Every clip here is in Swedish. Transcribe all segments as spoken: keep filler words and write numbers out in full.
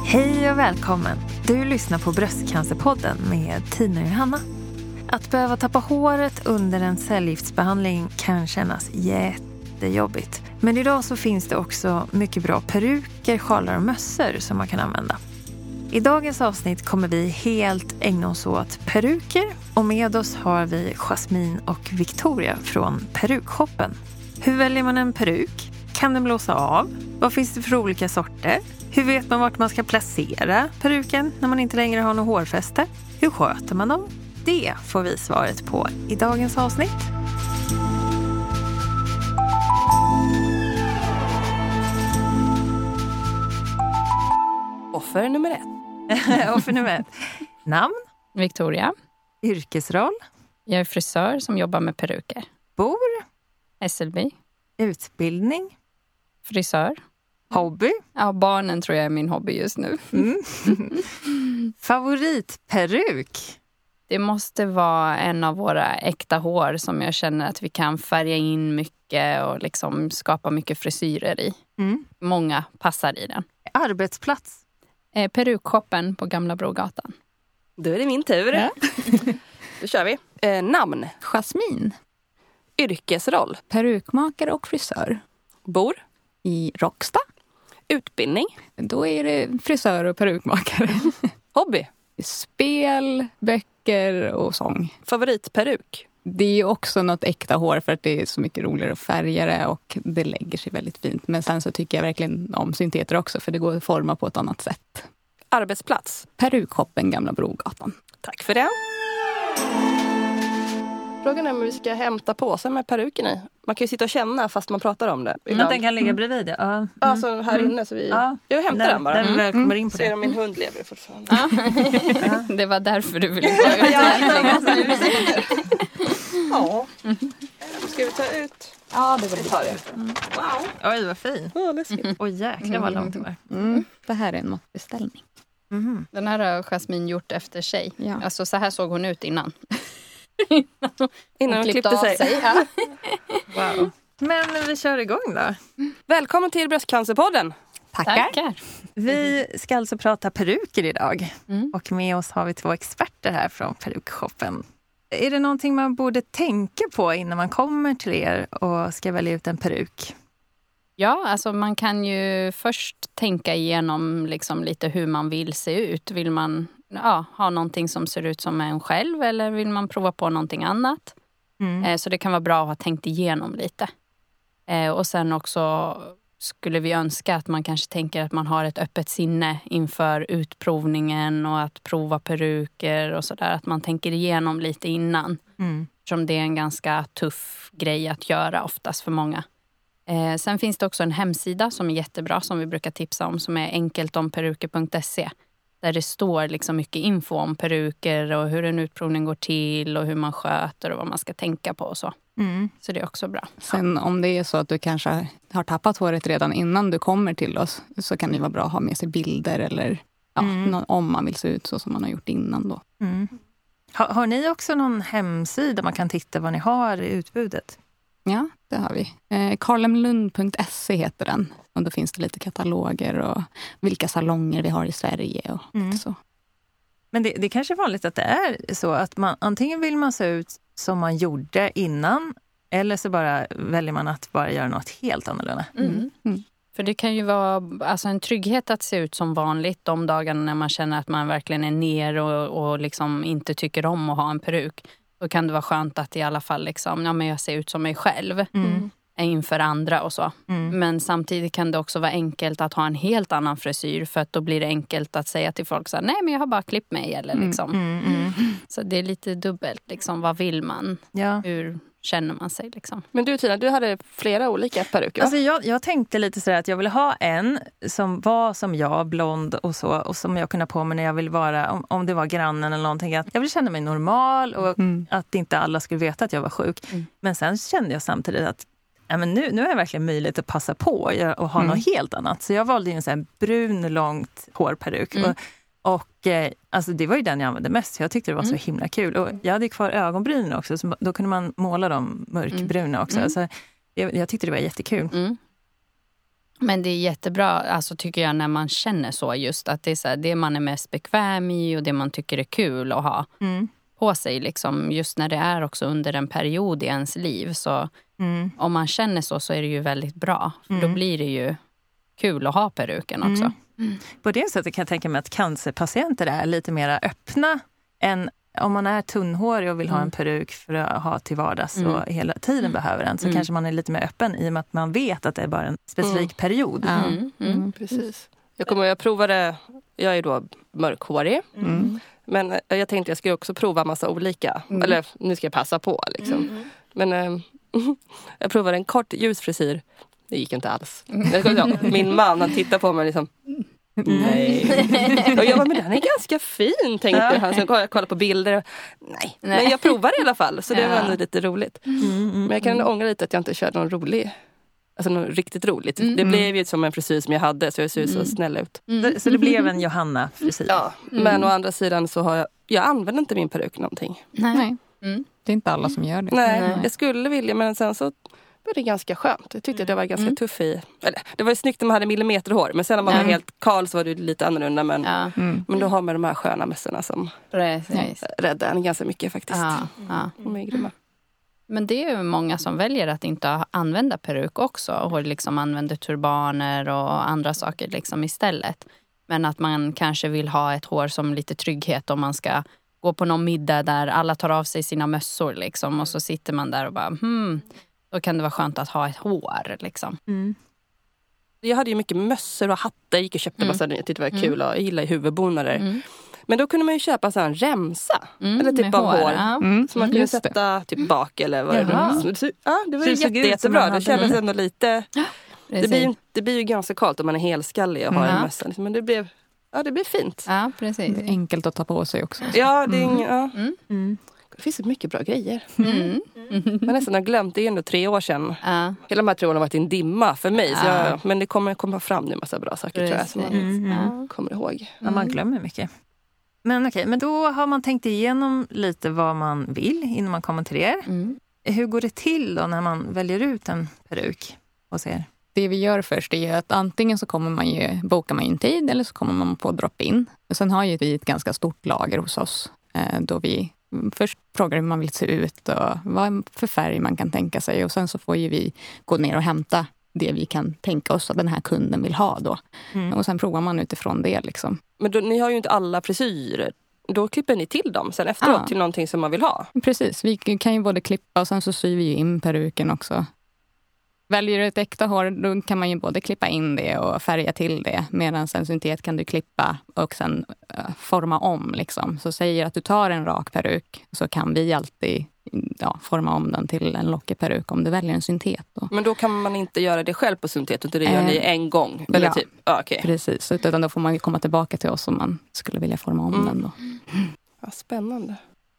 Hej och välkommen! Du lyssnar på Bröstcancerpodden med Tina och Johanna. Att behöva tappa håret under en cellgiftsbehandling kan kännas jättejobbigt. Men idag så finns det också mycket bra peruker, sjalar och mössor som man kan använda. I dagens avsnitt kommer vi helt ägna oss åt peruker och med oss har vi Jasmine och Victoria från Perukshoppen. Hur väljer man en peruk? Kan den blåsa av? Vad finns det för olika sorter? Hur vet man vart man ska placera peruken när man inte längre har något hårfäste? Hur sköter man dem? Det får vi svaret på i dagens avsnitt. Offer nummer ett. Offer nummer ett. Namn? Victoria. Yrkesroll? Jag är frisör som jobbar med peruker. Bor? S L B. Utbildning? Frisör. Hobby? Ja, barnen tror jag är min hobby just nu. Mm. Favoritperuk? Det måste vara en av våra äkta hår som jag känner att vi kan färga in mycket och liksom skapa mycket frisyrer i. Mm. Många passar i den. Arbetsplats? Eh, Perukshoppen på Gamla Brogatan. Då är det min tur. Ja. Då kör vi. Eh, namn? Jasmine. Yrkesroll? Perukmakare och frisör. Bor? I Råcksta. Utbildning? Då är det frisör och perukmakare. Hobby? Spel, böcker och sång. Favoritperuk? Det är också något äkta hår för att det är så mycket roligare att färga det och det lägger sig väldigt fint. Men sen så tycker jag verkligen om synteter också för det går att forma på ett annat sätt. Arbetsplats? Perukshoppen Gamla Brogatan. Tack för det. Frågan är om vi ska hämta påsen med peruken i. Man kan ju sitta och känna fast man pratar om det. Men den kan ligga bredvid, ja. Mm. Alltså här inne så vi... Ja. Jag hämtar när, den bara. När vi kommer in på det. Ser om min hund lever fortfarande. Ja. Det var därför du ville ta ut Ja. Ska vi ta ut? Ja, det var det. tar det. Mm. Wow. Oj, vad fin. Åh, läskigt. Oj, jäklar vad långt det var. Mm. Det här är en måttbeställning. Mm. Den här har Jasmine gjort efter sig. Ja. Alltså så här såg hon ut innan. Innan hon klippte sig. sig. Ja. Wow. Men vi kör igång då. Välkommen till Bröstcancerpodden. Tackar. Tackar. Vi ska alltså prata peruker idag. Mm. Och med oss har vi två experter här från Perukshoppen. Är det någonting man borde tänka på innan man kommer till er och ska välja ut en peruk? Ja, alltså man kan ju först tänka igenom liksom lite hur man vill se ut. Vill man ja, ha någonting som ser ut som en själv eller vill man prova på någonting annat? Mm. Eh, så det kan vara bra att ha tänkt igenom lite. Eh, och sen också skulle vi önska att man kanske tänker att man har ett öppet sinne inför utprovningen och att prova peruker och sådär. Att man tänker igenom lite innan. Mm. Som det är en ganska tuff grej att göra oftast för många. Eh, sen finns det också en hemsida som är jättebra som vi brukar tipsa om som är enkeltomperuker punkt se. Där det står liksom mycket info om peruker och hur en utprovning går till och hur man sköter och vad man ska tänka på och så. Mm. Så det är också bra. Sen om det är så att du kanske har tappat håret redan innan du kommer till oss så kan det vara bra att ha med sig bilder eller ja, Mm. någon, om man vill se ut så som man har gjort innan då. Mm. Har, har ni också någon hemsida man kan titta vad ni har i utbudet? Ja, det har vi. Eh, karlemlund punkt se heter den. Och då finns det lite kataloger och vilka salonger vi har i Sverige och Mm. så. Men det, det kanske är vanligt att det är så att man antingen vill man se ut som man gjorde innan eller så bara väljer man att bara göra något helt annorlunda. Mm. Mm. För det kan ju vara alltså en trygghet att se ut som vanligt de dagarna när man känner att man verkligen är ner och, och liksom inte tycker om att ha en peruk. Då kan det vara skönt att i alla fall liksom, ja, men jag ser ut som mig själv Mm. inför andra och så. Mm. Men samtidigt kan det också vara enkelt att ha en helt annan frisyr för att då blir det enkelt att säga till folk så här, nej men jag har bara klippt mig eller liksom. Mm, mm. Så det är lite dubbelt liksom, vad vill man? Ja. Hur känner man sig liksom? Men du Tina, du hade flera olika peruker va? Alltså jag, jag tänkte lite sådär att jag ville ha en som var som jag, blond och så, och som jag kunde ha på mig när jag vill vara, om, om det var grannen eller någonting, att jag ville känna mig normal och Mm. att inte alla skulle veta att jag var sjuk. Mm. Men sen kände jag samtidigt att ja, men nu, nu är det verkligen möjligt att passa på och ha Mm. något helt annat. Så jag valde ju en sån här brun, långt hårperuk. Mm. Och, och eh, alltså det var ju den jag använde mest. Jag tyckte det var Mm. så himla kul. Och jag hade kvar ögonbrynen också, så då kunde man måla dem mörkbruna också. Mm. Så jag, jag tyckte det var jättekul. Mm. Men det är jättebra, alltså tycker jag, när man känner så just att det är så här, det man är mest bekväm i och det man tycker är kul att ha mm. på sig liksom, just när det är också under en period i ens liv. Så mm. om man känner så så är det ju väldigt bra. För mm. då blir det ju kul att ha peruken också. Mm. Mm. På det sättet kan jag tänka mig att cancerpatienter är lite mer öppna än om man är tunnhårig och vill mm. ha en peruk för att ha till vardags mm. och hela tiden mm. behöver den, så mm. kanske man är lite mer öppen i och med att man vet att det är bara en specifik mm. period. Mm. Mm. Mm. Precis. Jag kommer jag provade, jag är då mörkhårig, mm. men jag tänkte jag ska också prova massa olika, mm. eller nu ska jag passa på liksom. Mm. Men äh, jag provade en kort ljusfrisyr, det gick inte alls. Mm. Min man, han tittade på mig liksom, nej. Och jag bara, men den är ganska fin, tänkte ja. han. Så jag kollade på bilder. Och, nej. nej, men jag provade i alla fall. Så det ja. var ändå lite roligt. Mm, mm, men jag kan ändå ångra lite att jag inte körde någon rolig. Alltså något riktigt roligt. Mm, det blev ju som en frisyr som jag hade, så jag ser så snäll ut. Mm. Så det blev en Johanna-frisyr. Ja, mm. men å andra sidan så har jag, jag använder inte min peruk någonting. Nej, mm. det är inte alla som gör det. Nej, nej. Jag skulle vilja, men sen så var det ganska skönt. Jag tyckte mm. att jag var ganska mm. tuff i... Eller, det var ju snyggt när man hade millimeterhår. Men sen när man mm. var helt kal så var det lite annorlunda. Men, ja. mm. men då har man de här sköna mössorna som Precis. räddar en ganska mycket faktiskt. Ja. Ja. De är grymma. Men det är ju många som väljer att inte använda peruk också. Och liksom använder turbaner och andra saker liksom istället. Men att man kanske vill ha ett hår som lite trygghet om man ska gå på någon middag där alla tar av sig sina mössor liksom. Och så sitter man där och bara... Hmm, då kan det vara skönt att ha ett hår liksom. Mm. Jag hade ju mycket mössor och hattar. Jag gick och köpte mm. massa, jag tyckte det var kul. Och jag gillar huvudbonader. Mm. Men då kunde man ju köpa så en remsa. Mm, eller typ av hår. hår ja. mm. Som man kunde Just sätta typ bak eller vad det nu. Ja, det var ju jätte, jättebra. Det kändes ändå lite... Ja, det, blir, det blir ju ganska kallt om man är helskallig och har mm. en mössa. Men det blev, ja, det blev fint. Ja, precis. Det är enkelt att ta på sig också. Ja, det är mm. ja. Mm. Mm. Det finns så mycket bra grejer. Mm. Mm. Man nästan har glömt, det är ändå tre år sedan. Uh. Hela de här tre åren har varit en dimma för mig. Uh. Så jag, men det kommer komma fram nu en massa bra saker tror jag. Som man mm. kommer ihåg. Mm. Ja, man glömmer mycket. Men okej, men då har man tänkt igenom lite vad man vill innan man kommer till er. Mm. Hur går det till då när man väljer ut en peruk hos er? Det vi gör först är att antingen så kommer man ju, bokar man ju en tid eller så kommer man på drop-in. Och sen har ju vi ett ganska stort lager hos oss då vi först frågar hur man vill se ut och vad för färg man kan tänka sig. Och sen så får ju vi gå ner och hämta det vi kan tänka oss att den här kunden vill ha då. Mm. Och sen provar man utifrån det liksom. Men då, ni har ju inte alla frisyrer. Då klipper ni till dem sen efteråt ja. till någonting som man vill ha. Precis, vi kan ju både klippa och sen så syr vi in peruken också. Väljer du ett äkta hår, då kan man ju både klippa in det och färga till det. Medan en syntet kan du klippa och sen uh, forma om liksom. Så säger att du tar en rak peruk så kan vi alltid ja, forma om den till en lockig peruk om du väljer en syntet. Då. Men då kan man inte göra det själv på syntet utan det gör eh, ni en gång? Eller ja, typ. ah, okay. precis. Utan då får man komma tillbaka till oss om man skulle vilja forma om mm. den då. Ja, spännande.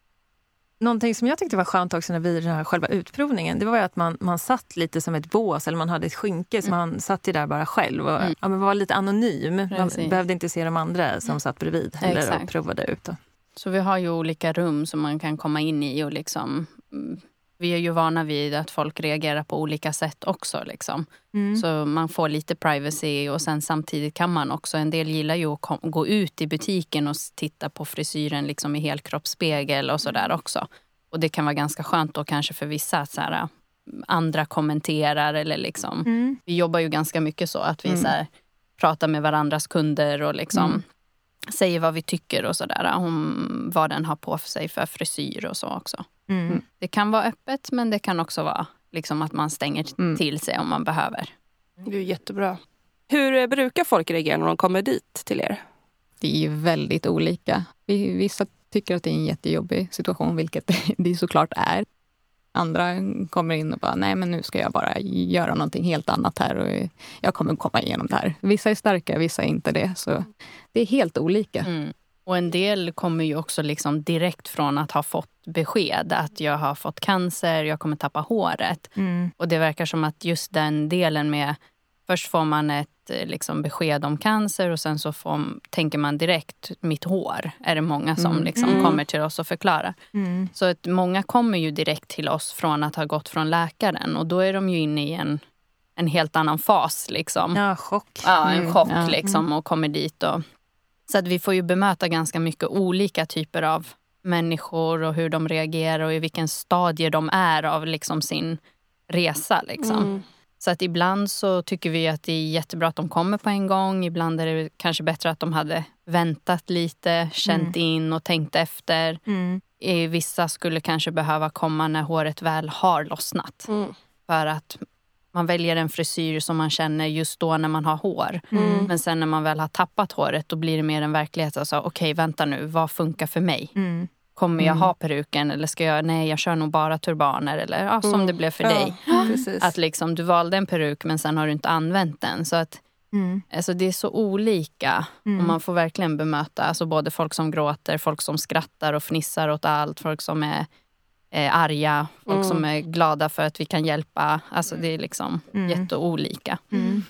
Någonting som jag tyckte var skönt också när vi den här själva utprovningen, det var ju att man, man satt lite som ett bås eller man hade ett skynke som mm. man satt i där bara själv och mm. ja, men var lite anonym. Precis. Man behövde inte se de andra som satt bredvid heller Exakt. och provade ut. Då. Så vi har ju olika rum som man kan komma in i och liksom... Vi är ju vana vid att folk reagerar på olika sätt också liksom. Mm. Så man får lite privacy och sen samtidigt kan man också, en del gillar ju att kom, gå ut i butiken och titta på frisyren liksom i helkroppsspegel och sådär också. Och det kan vara ganska skönt då kanske för vissa att så här, andra kommenterar eller liksom. Mm. Vi jobbar ju ganska mycket så att vi mm. så här, pratar med varandras kunder och liksom mm. säger vad vi tycker och sådär. Om vad den har på sig för frisyr och så också. Mm. Det kan vara öppet men det kan också vara liksom att man stänger mm. till sig om man behöver. Det är jättebra. Hur brukar folk reagera när de kommer dit till er? Det är ju väldigt olika. Vissa tycker att det är en jättejobbig situation, vilket det såklart är. Andra kommer in och bara, nej men nu ska jag bara göra någonting helt annat här och jag kommer komma igenom det här. Vissa är starka, vissa är inte det. Så det är helt olika. Mm. Och en del kommer ju också liksom direkt från att ha fått besked att jag har fått cancer, jag kommer tappa håret. Mm. Och det verkar som att just den delen med, först får man ett liksom besked om cancer och sen så får, tänker man direkt, mitt hår är det många som mm. liksom mm. kommer till oss och förklarar. Mm. Så att många kommer ju direkt till oss från att ha gått från läkaren och då är de ju inne i en en helt annan fas liksom. Ja, chock. Ja, en Mm. chock Ja. liksom och kommer dit. Och, så att vi får ju bemöta ganska mycket olika typer av människor och hur de reagerar och i vilken stadie de är av liksom sin resa liksom. Mm. Så att ibland så tycker vi att det är jättebra att de kommer på en gång. Ibland är det kanske bättre att de hade väntat lite, känt Mm. in och tänkt efter. Mm. I vissa skulle kanske behöva komma när håret väl har lossnat. Mm. För att man väljer en frisyr som man känner just då när man har hår. Mm. Men sen när man väl har tappat håret då blir det mer en verklighet. Alltså, okej, vänta nu, vad funkar för mig? Mm. Kommer jag Mm. ha peruken eller ska jag, nej jag kör nog bara turbaner eller ja, som Mm. det blev för Ja, dig. precis. Att liksom du valde en peruk men sen har du inte använt den. Så att Mm. alltså, det är så olika. Mm. Och man får verkligen bemöta alltså, både folk som gråter, folk som skrattar och fnissar åt allt. Folk som är eh, arga, folk Mm. som är glada för att vi kan hjälpa. Alltså det är liksom Mm. jätteolika. Mm.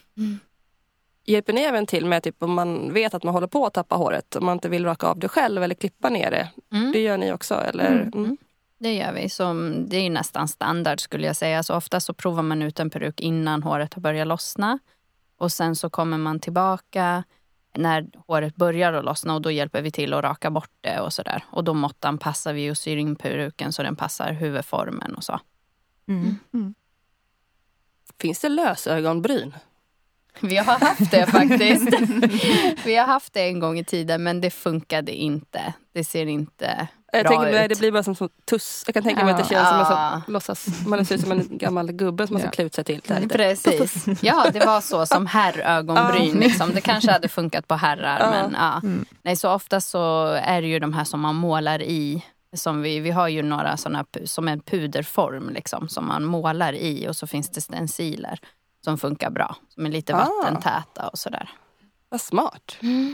Hjälper ni även till med typ, om man vet att man håller på att tappa håret, om man inte vill raka av det själv eller klippa ner det? Mm. Det gör ni också, eller? Mm. Mm. Det gör vi. Så det är ju nästan standard skulle jag säga. Så ofta så provar man ut en peruk innan håret har börjat lossna. Och sen så kommer man tillbaka när håret börjar att lossna och då hjälper vi till att raka bort det och sådär. Och då måttan passar vi och syr in peruken så den passar huvudformen och så. Mm. Mm. Finns det lösögonbryn? Vi har haft det faktiskt. Vi har haft det en gång i tiden men det funkade inte. Det ser inte Jag bra tänker ut. mig, det blir bara som, som tuss. Jag kan tänka mig att det Ja. känns som en Ja. så, låtsas, man ser ut som en gammal gubbe som man ska Ja. klä ut sig till. Det här lite. Precis. Ja, det var så som herrögonbryn. Liksom. Det kanske hade funkat på herrar. Ja. Men, ja. Mm. Nej, så ofta så är det ju de här som man målar i. Som vi, vi har ju några sådana som en puderform liksom, som man målar i. Och så finns det stenciler som funkar bra. Som är lite Ah. vattentäta och sådär. Vad smart.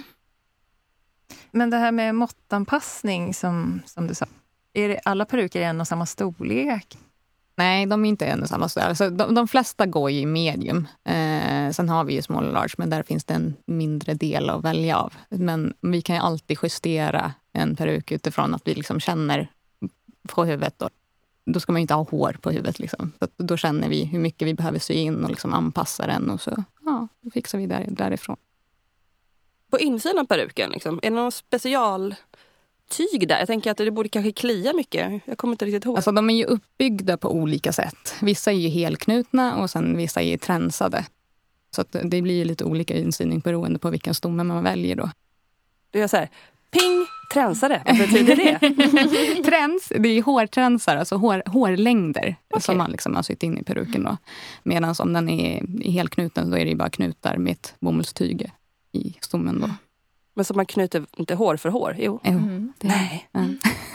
Men det här med måttanpassning som, som du sa. Är det alla peruker i en och samma storlek? Nej, de är inte en och samma storlek. Alltså, de, de flesta går ju i medium. Eh, sen har vi ju small och large, men där finns det en mindre del att välja av. Men vi kan ju alltid justera en peruk utifrån att vi liksom känner på huvudet. Då, då ska man ju inte ha hår på huvudet. Liksom. Så att då känner vi hur mycket vi behöver sy in och liksom anpassa den. Och så ja, då fixar vi där, därifrån. På insidan av peruken, liksom, är det någon specialtyg där? Jag tänker att det borde kanske klia mycket. Jag kommer inte riktigt ihåg. Alltså de är ju uppbyggda på olika sätt. Vissa är ju helknutna och sen vissa är tränsade. Så att det blir ju lite olika insyning beroende på vilken stomme man väljer då. Det är så här, ping, tränsare. Vad betyder det? Träns, det är hårtränsar, alltså hår, hårlängder som man liksom har sytt in i peruken då. Medan om den är helknuten då är det ju bara knutar med ett bomullstyge i stommen då. Men så man knyter inte hår för hår? Jo. Mm. Det, Nej. ja.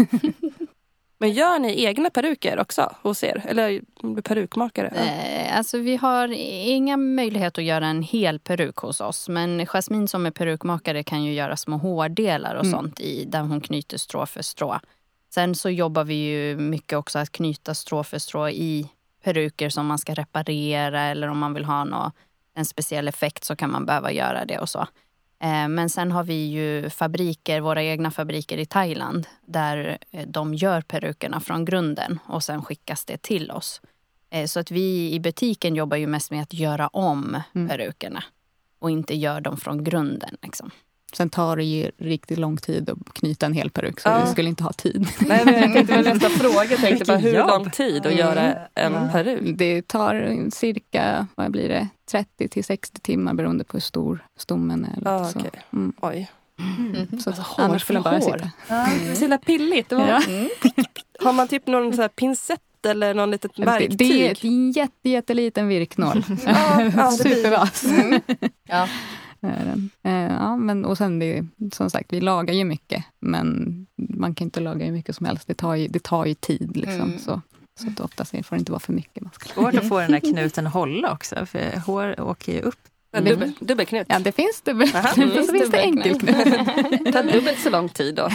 Men gör ni egna peruker också hos er? Eller perukmakare? Ja. Eh, alltså vi har inga möjlighet att göra en hel peruk hos oss. Men Jasmine som är perukmakare kan ju göra små hårdelar och Mm. sånt i där hon knyter strå för strå. Sen så jobbar vi ju mycket också att knyta strå för strå i peruker som man ska reparera. Eller om man vill ha nå, en speciell effekt så kan man behöva göra det och så. Eh, men sen har vi ju fabriker, våra egna fabriker i Thailand. Där eh, de gör perukerna från grunden och sen skickas det till oss. Eh, så att vi i butiken jobbar ju mest med att göra om Mm. perukerna. Och inte gör dem från grunden liksom. Sen tar det ju riktigt lång tid att knyta en hel peruk så Ja. vi skulle inte ha tid. Nej, men jag tänkte väl nästa fråga. Jag tänkte bara, hur Vilket jobb. lång tid att göra en peruk? Det tar cirka, vad blir det, trettio till sextio timmar beroende på hur stor stommen är. Ja, så. okej. Mm. Oj. Så Alltså, att hår annars skulle jag bara för hår. sitta. Så himla pilligt. Det var... Ja. Har man typ någon så här pincett eller någon litet Det, verktyg? det är en jätte, jätteliten virknål. Ja, ja, det blir- Supervass. Ja. är den. Eh, Ja, men, och sen det, som sagt, vi lagar ju mycket. Men man kan inte laga hur mycket som helst. Det tar ju, det tar ju tid. Liksom, Mm. så, så att oftast får det inte vara för mycket. Man ska. Svårt att få den där knuten att hålla också. För hår åker ju upp. En dubbel, dubbelknut. Ja, det finns dubbel. Aha. Så finns det Dubbelknut. enkelknut. Det tar dubbelt så lång tid då.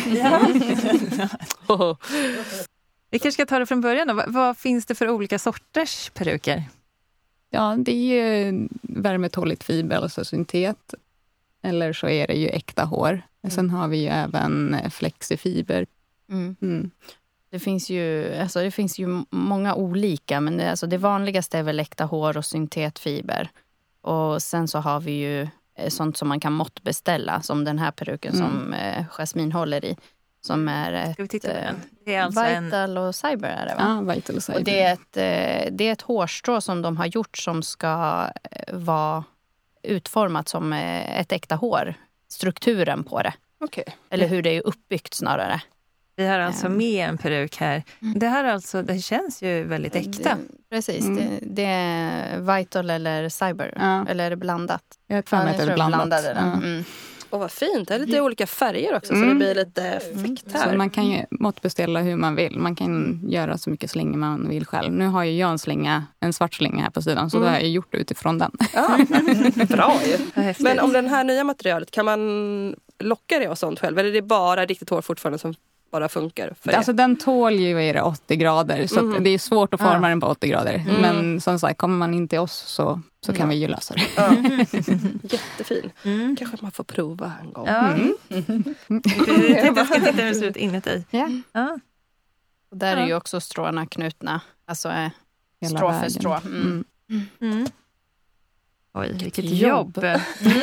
Vi kanske ska ta det från början då. Vad, vad finns det för olika sorters peruker? Ja, det är ju värmetåligt fiber, alltså syntet. Eller så är det ju äkta hår. Sen har vi ju även flexifiber. Mm. Mm. Det finns ju, alltså det finns ju många olika, men det, alltså det vanligaste är väl äkta hår och syntetfiber. Och sen så har vi ju sånt som man kan måttbeställa, som den här peruken mm. som eh, Jasmine håller i. Som är ett, Ska vi titta på den? Det är alltså Vital en... och Cyber är det, va? Ja, Vital och Cyber. Och det är, ett, det är ett hårstrå som de har gjort som ska vara utformat som ett äkta hår. Strukturen på det. Okay. Eller hur det är uppbyggt snarare. Vi har alltså med en peruk här. Det här alltså, det känns ju väldigt äkta. Det, precis, mm. det, det är Vital eller Cyber. Ja. Eller är det blandat? Jag tror att det är blandat. Ja. Mm. Åh, vad fint. Det är lite olika färger också, mm. så det blir lite fikt här. Så man kan ju måttbeställa hur man vill. Man kan mm. göra så mycket slingor man vill själv. Nu har ju jag en slinga, en svart slinga här på sidan, så mm. då har jag gjort det utifrån den. Ja, bra ju. Men om den här nya materialet, kan man locka det och sånt själv? Eller är det bara riktigt hår fortfarande som bara funkar för det? Alltså den tål ju är det åttio grader, så mm. det är svårt att forma ja. den på åttio grader. Mm. Men som sagt, kommer man in till oss så, så kan mm. vi ju lösa det. Ja. Jättefin. Mm. Kanske man får prova en gång. Ja. Mm. Jag ska titta hur det ser ut inuti. Ja. Ja. Och där är ju också stråna knutna. Alltså eh, strå för strå. Mm. Mm. Mm. Oj, vilket jobb. jobb. Mm.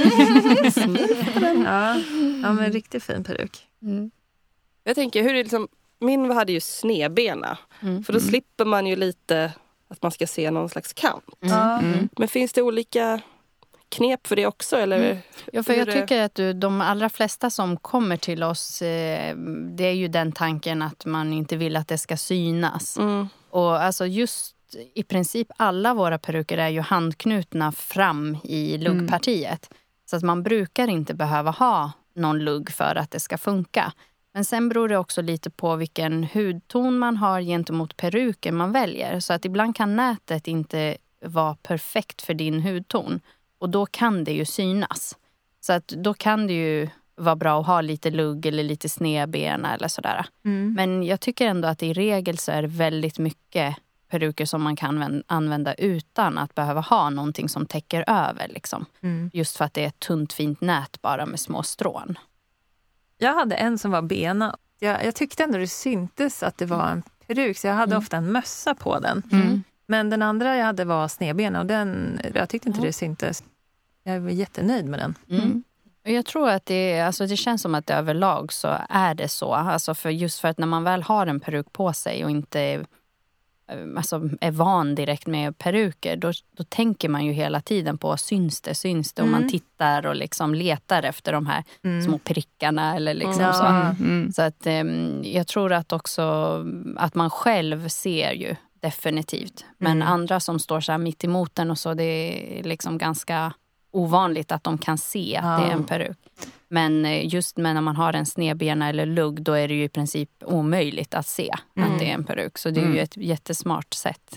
ja. ja, men riktigt fin peruk. Mm. Jag tänker, hur är det liksom, min hade ju snedbena. Mm. För då mm. slipper man ju lite att man ska se någon slags kant. Mm. Mm. Men finns det olika knep för det också? Eller? Mm. Ja, för jag det... tycker att du, de allra flesta som kommer till oss, eh, det är ju den tanken att man inte vill att det ska synas. Mm. Och alltså just i princip alla våra peruker är ju handknutna fram i luggpartiet. Mm. Så att man brukar inte behöva ha någon lugg för att det ska funka. Men sen beror det också lite på vilken hudton man har gentemot peruken man väljer. Så att ibland kan nätet inte vara perfekt för din hudton. Och då kan det ju synas. Så att då kan det ju vara bra att ha lite lugg eller lite snedbena eller sådär. Mm. Men jag tycker ändå att i regel så är det väldigt mycket peruker som man kan använda utan att behöva ha någonting som täcker över. Liksom. Mm. Just för att det är ett tunt fint nät bara med små strån. Jag hade en som var bena. Jag, jag tyckte ändå det syntes att det var en peruk. Så jag hade mm. ofta en mössa på den. Mm. Men den andra jag hade var snedbena. Och den, jag tyckte inte mm. det syntes. Jag var jättenöjd med den. Mm. Jag tror att det, alltså det känns som att det överlag så är det så. Alltså för just för att när man väl har en peruk på sig och inte alltså är van direkt med peruker, då, då tänker man ju hela tiden på syns det, syns det och mm. man tittar och liksom letar efter de här mm. små prickarna eller liksom mm. så. Mm. Så att um, jag tror att också att man själv ser ju definitivt. Men mm. andra som står så här mitt emot den och så, det är liksom ganska ovanligt att de kan se att ja. det är en peruk. Men just när man har en snedbena eller lugg, då är det ju i princip omöjligt att se mm. att det är en peruk. Så det är mm. ju ett jättesmart sätt.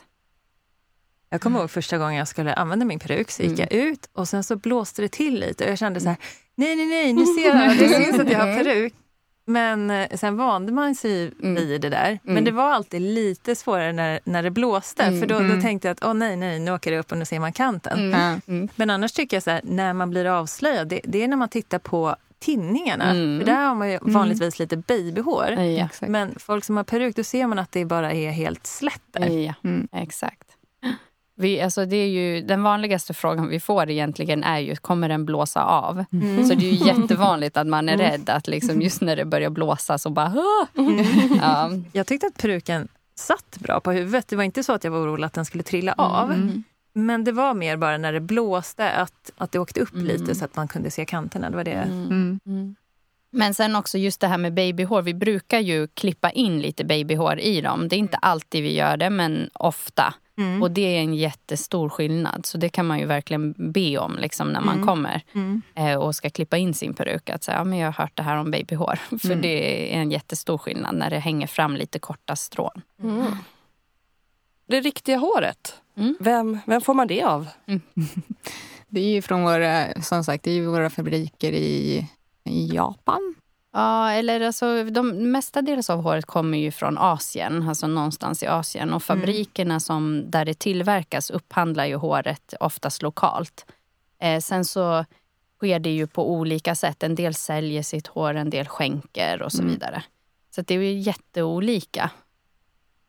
Jag kommer ihåg första gången jag skulle använda min peruk, så gick mm. jag ut och sen så blåste det till lite och jag kände så här, nej, nej, nej, nu ser jag, det syns att jag har peruk. Men sen vande man sig mm. vid det där. Men det var alltid lite svårare när, när det blåste. Mm. För då, då tänkte jag att, åh nej, nej, nu åker det upp och nu ser man kanten. Mm. Mm. Men annars tycker jag så här, när man blir avslöjad, det, det är när man tittar på tinningarna. Mm. För där har man ju vanligtvis lite babyhår. Ja, men folk som har peruk, då ser man att det bara är helt slätt där. Ja, mm. exakt. Vi, alltså det är ju, den vanligaste frågan vi får egentligen är ju, kommer den blåsa av? Mm. Så det är ju jättevanligt att man är rädd att liksom just när det börjar blåsa så bara... Mm. Ja. Jag tyckte att peruken satt bra på huvudet. Det var inte så att jag var orolig att den skulle trilla av. Mm. Men det var mer bara när det blåste att, att det åkte upp mm. lite så att man kunde se kanterna. Det var det. Mm. Mm. Men sen också just det här med babyhår. Vi brukar ju klippa in lite babyhår i dem. Det är inte alltid vi gör det, men ofta. Mm. Och det är en jättestor skillnad. Så det kan man ju verkligen be om liksom, när man mm. kommer mm. eh, och ska klippa in sin peruk. Att säga, ja, men jag har hört det här om babyhår. För mm. det är en jättestor skillnad när det hänger fram lite korta strån. Mm. Det riktiga håret, mm. vem, vem får man det av? Mm. Det är ju från våra, som sagt, det är ju våra fabriker i, i Japan. Ja, eller alltså de mestadels av håret kommer ju från Asien, alltså någonstans i Asien. Och fabrikerna mm. som där det tillverkas upphandlar ju håret oftast lokalt. Eh, sen så sker det ju på olika sätt. En del säljer sitt hår, en del skänker och så mm. vidare. Så det är ju jätteolika.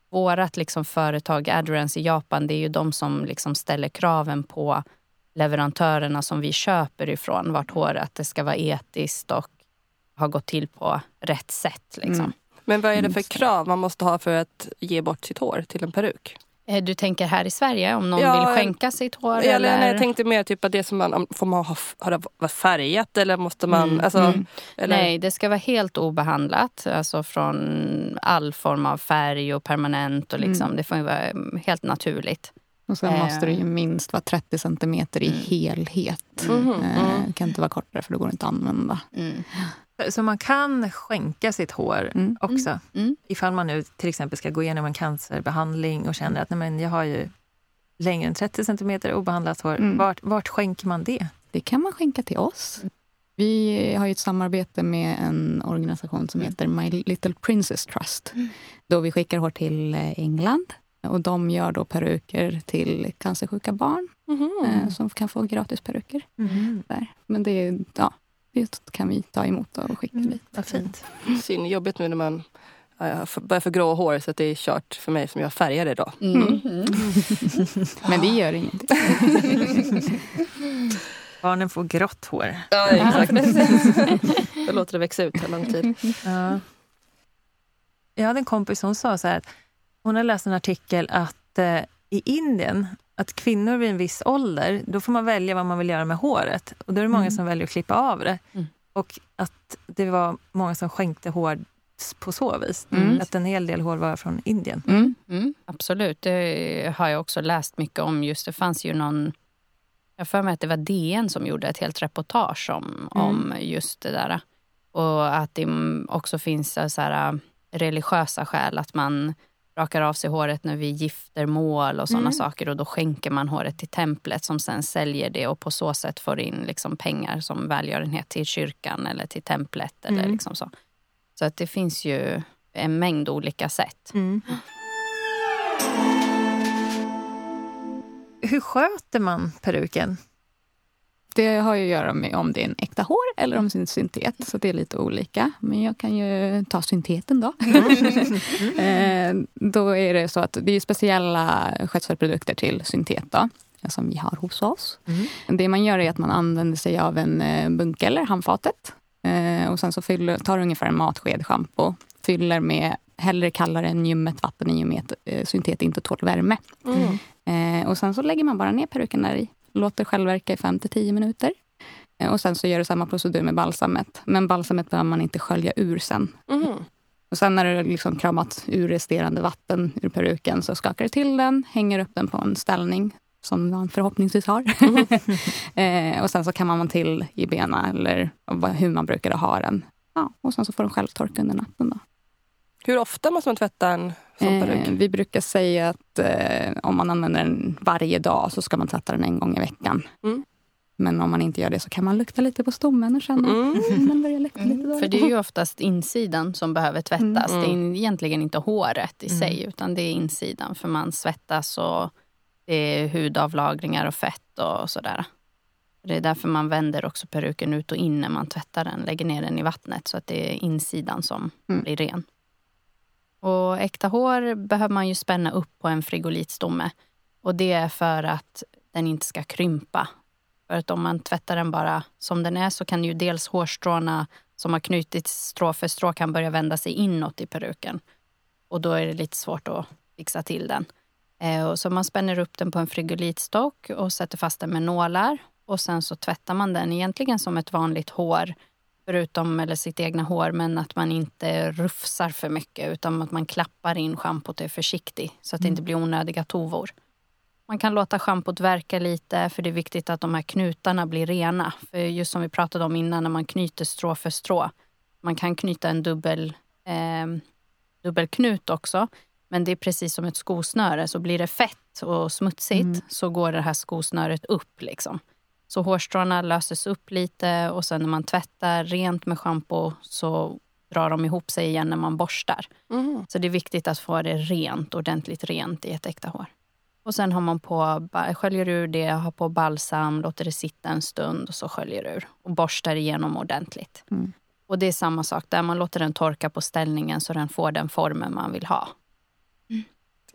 vårat liksom företag Adderance i Japan, det är ju de som liksom ställer kraven på leverantörerna som vi köper ifrån vart hår, att det ska vara etiskt och ha gått till på rätt sätt liksom. Mm. Men vad är det för krav man måste ha för att ge bort sitt hår till en peruk? Du tänker här i Sverige om någon ja, vill skänka sitt hår? Eller, eller? Nej, jag tänkte mer typ att det som man, får man ha, har det varit färgat eller måste man... Mm, alltså, mm. Eller? Nej, det ska vara helt obehandlat. Alltså från all form av färg och permanent. Och liksom, mm. Det får ju vara helt naturligt. Och sen eh. måste det ju minst vara trettio centimeter i mm. helhet. Mm. Eh, det kan inte vara kortare för det går inte att använda. Mm. Så man kan skänka sitt hår mm. också. Mm. Mm. Ifall man nu till exempel ska gå igenom en cancerbehandling och känner att nej, men jag har ju längre än trettio centimeter obehandlat hår. Mm. Vart, vart skänker man det? Det kan man skänka till oss. Vi har ju ett samarbete med en organisation som heter My Little Princess Trust. Mm. Då vi skickar hår till England. Och de gör då peruker till cancersjuka barn. Mm. Som kan få gratis peruker. Mm. Där. Men det är... Ja. Det kan vi ta emot och skicka mm, dit. Vad fint. Synd, jobbigt nu när man äh, börjar få grå hår så att det är kört för mig som jag färgade idag. Mm. Mm. Men det gör ingenting. Barnen får grått hår. Ja, exakt. Då låter det växa ut en lång tid. Ja. Jag hade en kompis som sa så här att hon har läst en artikel att eh, i Indien att kvinnor vid en viss ålder, då får man välja vad man vill göra med håret. Och då är det många mm. som väljer att klippa av det. Mm. Och att det var många som skänkte hår på så vis. Mm. Att en hel del hår var från Indien. Mm. Mm. Absolut, det har jag också läst mycket om. Just det fanns ju någon, jag för mig att det var D N som gjorde ett helt reportage om, mm. om just det där. Och att det också finns så här religiösa skäl att man rakar av sig håret när vi gifter mål och sådana mm. saker. Och då skänker man håret till templet som sen säljer det. Och på så sätt får in liksom pengar som välgörenhet till kyrkan eller till templet. Mm. Eller liksom så. Så att det finns ju en mängd olika sätt. Mm. Hur sköter man peruken? Det har ju att göra med om det är en äkta hår eller om det är en syntet. Så det är lite olika. Men jag kan ju ta synteten då. Mm. eh, då är det så att det är speciella skötselprodukter till syntet då. Som vi har hos oss. Mm. Det man gör är att man använder sig av en bunke eller handfatet. Eh, och sen så fyller, tar ungefär en matsked shampoo. Fyller med hellre kallare än ljummet vatten i och med att eh, syntet inte tål värme. Mm. Eh, och sen så lägger man bara ner peruken där i. Låter självverka i fem till tio minuter. Och sen så gör du samma procedur med balsamet. Men balsamet behöver man inte skölja ur sen. Mm. Och sen när du liksom kramat ur resterande vatten ur peruken så skakar du till den. Hänger upp den på en ställning som man förhoppningsvis har. Mm. eh, och sen så kan man till i bena eller hur man brukar ha den. Ja, och sen så får den själv torka under natten då. Hur ofta måste man tvätta en sån peruk? Eh, vi brukar säga att eh, om man använder den varje dag så ska man tvätta den en gång i veckan. Mm. Men om man inte gör det så kan man lukta lite på stommen och känna mm. att man börjar lukta mm. lite. Då. För det är ju oftast insidan som behöver tvättas. Mm. Det är egentligen inte håret i mm. sig utan det är insidan. För man svettas och det är hudavlagringar och fett och sådär. Det är därför man vänder också peruken ut och in när man tvättar den. Lägger ner den i vattnet så att det är insidan som mm. blir ren. Och äkta hår behöver man ju spänna upp på en frigolitstomme. Och det är för att den inte ska krympa. För att om man tvättar den bara som den är så kan ju dels hårstråna som har knutits strå för strå kan börja vända sig inåt i peruken. Och då är det lite svårt att fixa till den. Eh, och så man spänner upp den på en frigolitstock och sätter fast den med nålar. Och sen så tvättar man den egentligen som ett vanligt hår. Förutom eller sitt egna hår, men att man inte rufsar för mycket utan att man klappar in schampot och är försiktig så att det inte blir onödiga tovor. Man kan låta schampot verka lite för det är viktigt att de här knutarna blir rena. För just som vi pratade om innan när man knyter strå för strå. Man kan knyta en dubbel, eh, dubbelknut också. Men det är precis som ett skosnöre. Så blir det fett och smutsigt mm. så går det här skosnöret upp liksom. Så hårstråna löses upp lite och sen när man tvättar rent med shampoo så drar de ihop sig igen när man borstar. Mm. Så det är viktigt att få det rent, ordentligt rent i ett äkta hår. Och sen har man på, sköljer ur det, har på balsam, låter det sitta en stund och så sköljer ur. Och borstar igenom ordentligt. Mm. Och det är samma sak där, man låter den torka på ställningen så den får den formen man vill ha. Mm.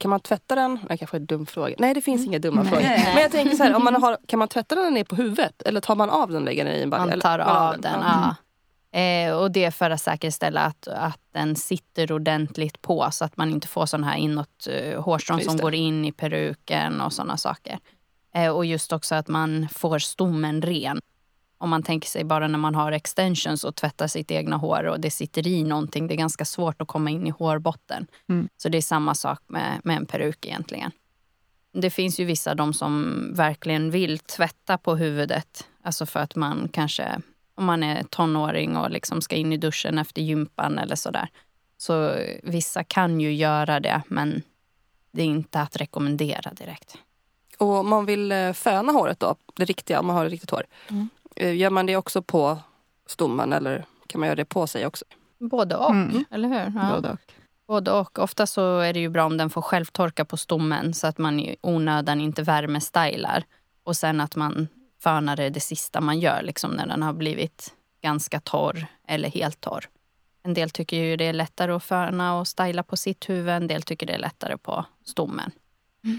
kan man tvätta den? Det kanske är en dum fråga. Nej, det finns mm. inga dumma Nej. frågor. Men jag tänker så här, om man har, kan man tvätta den ner på huvudet? Eller tar man av den och lägger den i en bagge? Man tar eller, av den, den, ja. ja. Eh, och det är för att säkerställa att, att den sitter ordentligt på så att man inte får sån här inåt eh, hårstrån som går in i peruken och såna saker. Eh, och just också att man får stommen ren. Om man tänker sig bara när man har extensions och tvättar sitt egna hår och det sitter i någonting, det är ganska svårt att komma in i hårbotten. Mm. Så det är samma sak med, med en peruk egentligen. Det finns ju vissa de som verkligen vill tvätta på huvudet. Alltså för att man kanske, om man är tonåring och liksom ska in i duschen efter gympan eller sådär. Så vissa kan ju göra det, men det är inte att rekommendera direkt. Och om man vill föna håret då, det riktiga, om man har ett riktigt hår. Mm. Gör man det också på stommen eller kan man göra det på sig också? Både och, mm. eller hur? Ja. Både och. Både och. Ofta så är det ju bra om den får självtorka på stommen så att man i onödan inte värmestylar. Och sen att man fönar det det sista man gör liksom när den har blivit ganska torr eller helt torr. En del tycker ju det är lättare att föna och styla på sitt huvud. En del tycker det är lättare på stommen. Mm.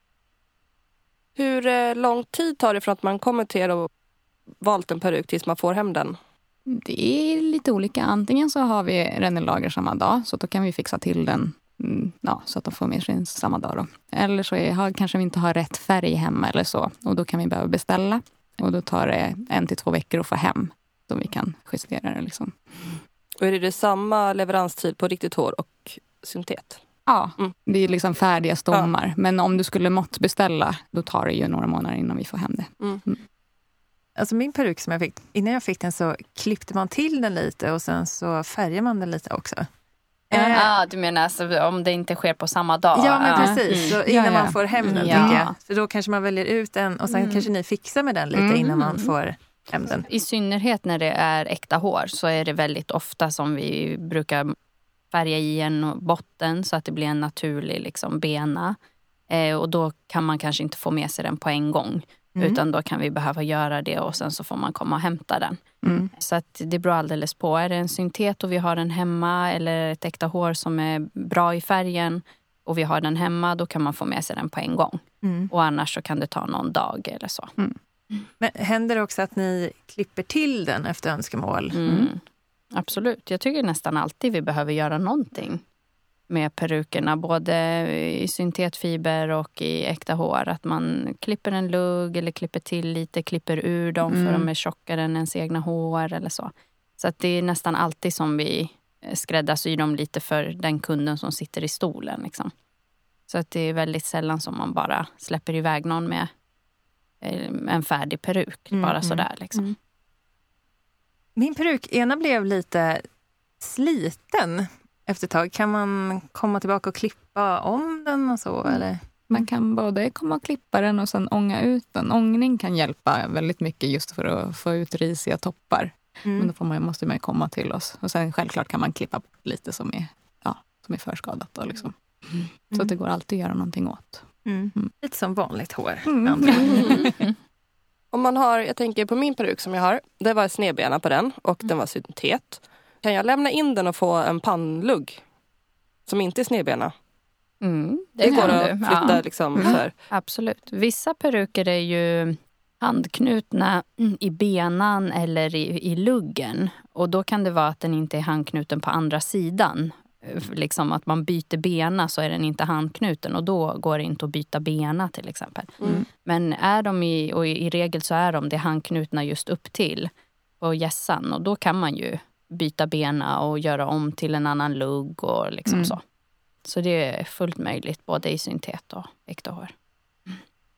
Hur eh, lång tid tar det från att man kommer till er och valt en peruk tills man får hem den? Det är lite olika. Antingen så har vi den i lager samma dag, så då kan vi fixa till den ja, så att de får med sig samma dag då. Eller så är, kanske vi inte har rätt färg hemma eller så, och då kan vi behöva beställa. Och då tar det en till två veckor att få hem, då vi kan justera det liksom. Och är det, det samma leveranstid på riktigt hår och syntet? Ja, mm. det är liksom färdiga stommar. Ja. Men om du skulle måttbeställa, då tar det ju några månader innan vi får hem det. Mm. Mm. Alltså min peruk som jag fick, innan jag fick den så klippte man till den lite och sen så färgar man den lite också. Ja, eh, ah, du menar alltså, om det inte sker på samma dag? Ja, men precis. Mm. Så innan ja, ja. man får hem den, ja. tänker jag. För då kanske man väljer ut den och sen mm. kanske ni fixar med den lite mm. innan man får hem den. I synnerhet när det är äkta hår så är det väldigt ofta som vi brukar färga i en botten så att det blir en naturlig liksom, bena. Eh, och då kan man kanske inte få med sig den på en gång. Mm. Utan då kan vi behöva göra det och sen så får man komma och hämta den. Mm. Så att det beror alldeles på. Är det en syntet och vi har den hemma eller ett äkta hår som är bra i färgen och vi har den hemma, då kan man få med sig den på en gång. Mm. Och annars så kan det ta någon dag eller så. Mm. Men händer det också att ni klipper till den efter önskemål? Mm. Absolut. Jag tycker nästan alltid vi behöver göra någonting med perukerna, både i syntetfiber och i äkta hår. Att man klipper en lugg eller klipper till lite, klipper ur dem mm. för de är tjockare än ens egna hår eller så. Så att det är nästan alltid som vi skräddarsyr dem lite för den kunden som sitter i stolen. Liksom. Så att det är väldigt sällan som man bara släpper iväg någon med en färdig peruk. Mm. Bara sådär liksom. Mm. Min peruk, ena blev lite sliten efter ett tag. Kan man komma tillbaka och klippa om den och så? Mm. Eller? Man kan både komma och klippa den och sen ånga ut den. Ångning kan hjälpa väldigt mycket just för att få ut risiga toppar. Mm. Men då får man, måste man komma till oss. Och sen självklart kan man klippa bort lite som är, ja, som är förskadat. Då, liksom. Mm. Så att det går alltid att göra någonting åt. Mm. Mm. Lite som vanligt hår. Mm. Mm. Om man har, jag tänker på min peruk som jag har, det var snedbena på den och mm. den var syntet. Kan jag lämna in den och få en pannlugg som inte är snedbena? Mm, det, det går att du. flytta ja. liksom mm. så här. Absolut. Vissa peruker är ju handknutna i benan eller i, i luggen. Och då kan det vara att den inte är handknuten på andra sidan. Liksom att man byter bena så är den inte handknuten och då går det inte att byta bena till exempel. Mm. Men är de i, och i regel så är de det handknutna just upp till på gässan och då kan man ju byta bena och göra om till en annan lugg och liksom mm. så. Så det är fullt möjligt både i syntet och äkta hår. Mm.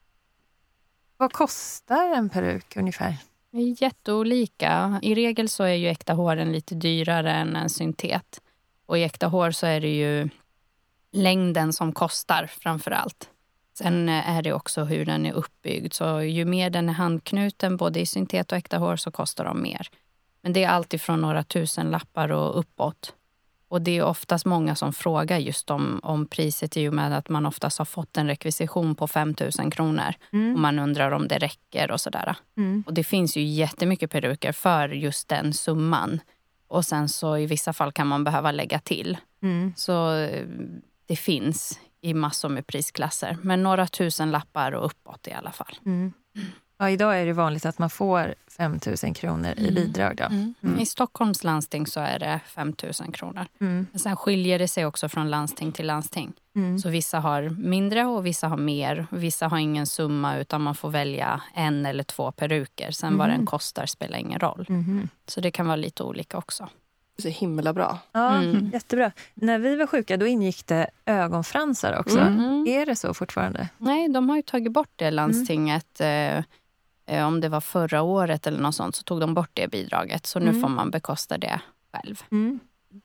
Vad kostar en peruk ungefär? Det är jätteolika. I regel så är ju äkta håren lite dyrare än en syntet. Och i äkta hår så är det ju längden som kostar framför allt. Sen är det också hur den är uppbyggd. Så ju mer den är handknuten både i syntet och äkta hår så kostar de mer. Men det är alltid från några tusen lappar och uppåt. Och det är oftast många som frågar just om, om priset i och med att man oftast har fått en rekvisition på fem tusen kronor. Mm. Och man undrar om det räcker och sådär. Mm. Och det finns ju jättemycket peruker för just den summan. Och sen så i vissa fall kan man behöva lägga till. Mm. Så det finns i massor med prisklasser. Men några tusen lappar och uppåt i alla fall. Mm. Ja, idag är det vanligt att man får fem tusen kronor i bidrag. Då. Mm. Mm. I Stockholms landsting så är det fem tusen kronor. Mm. Men sen skiljer det sig också från landsting till landsting. Mm. Så vissa har mindre och vissa har mer. Vissa har ingen summa utan man får välja en eller två peruker. Sen mm. vad den kostar spelar ingen roll. Mm. Så det kan vara lite olika också. Så himla bra. Ja, mm. jättebra. När vi var sjuka då ingick det ögonfransar också. Mm. Är det så fortfarande? Nej, de har ju tagit bort det landstinget. Mm. Eh, om det var förra året eller något sånt så tog de bort det bidraget. Så nu mm. får man bekosta det själv. Mm.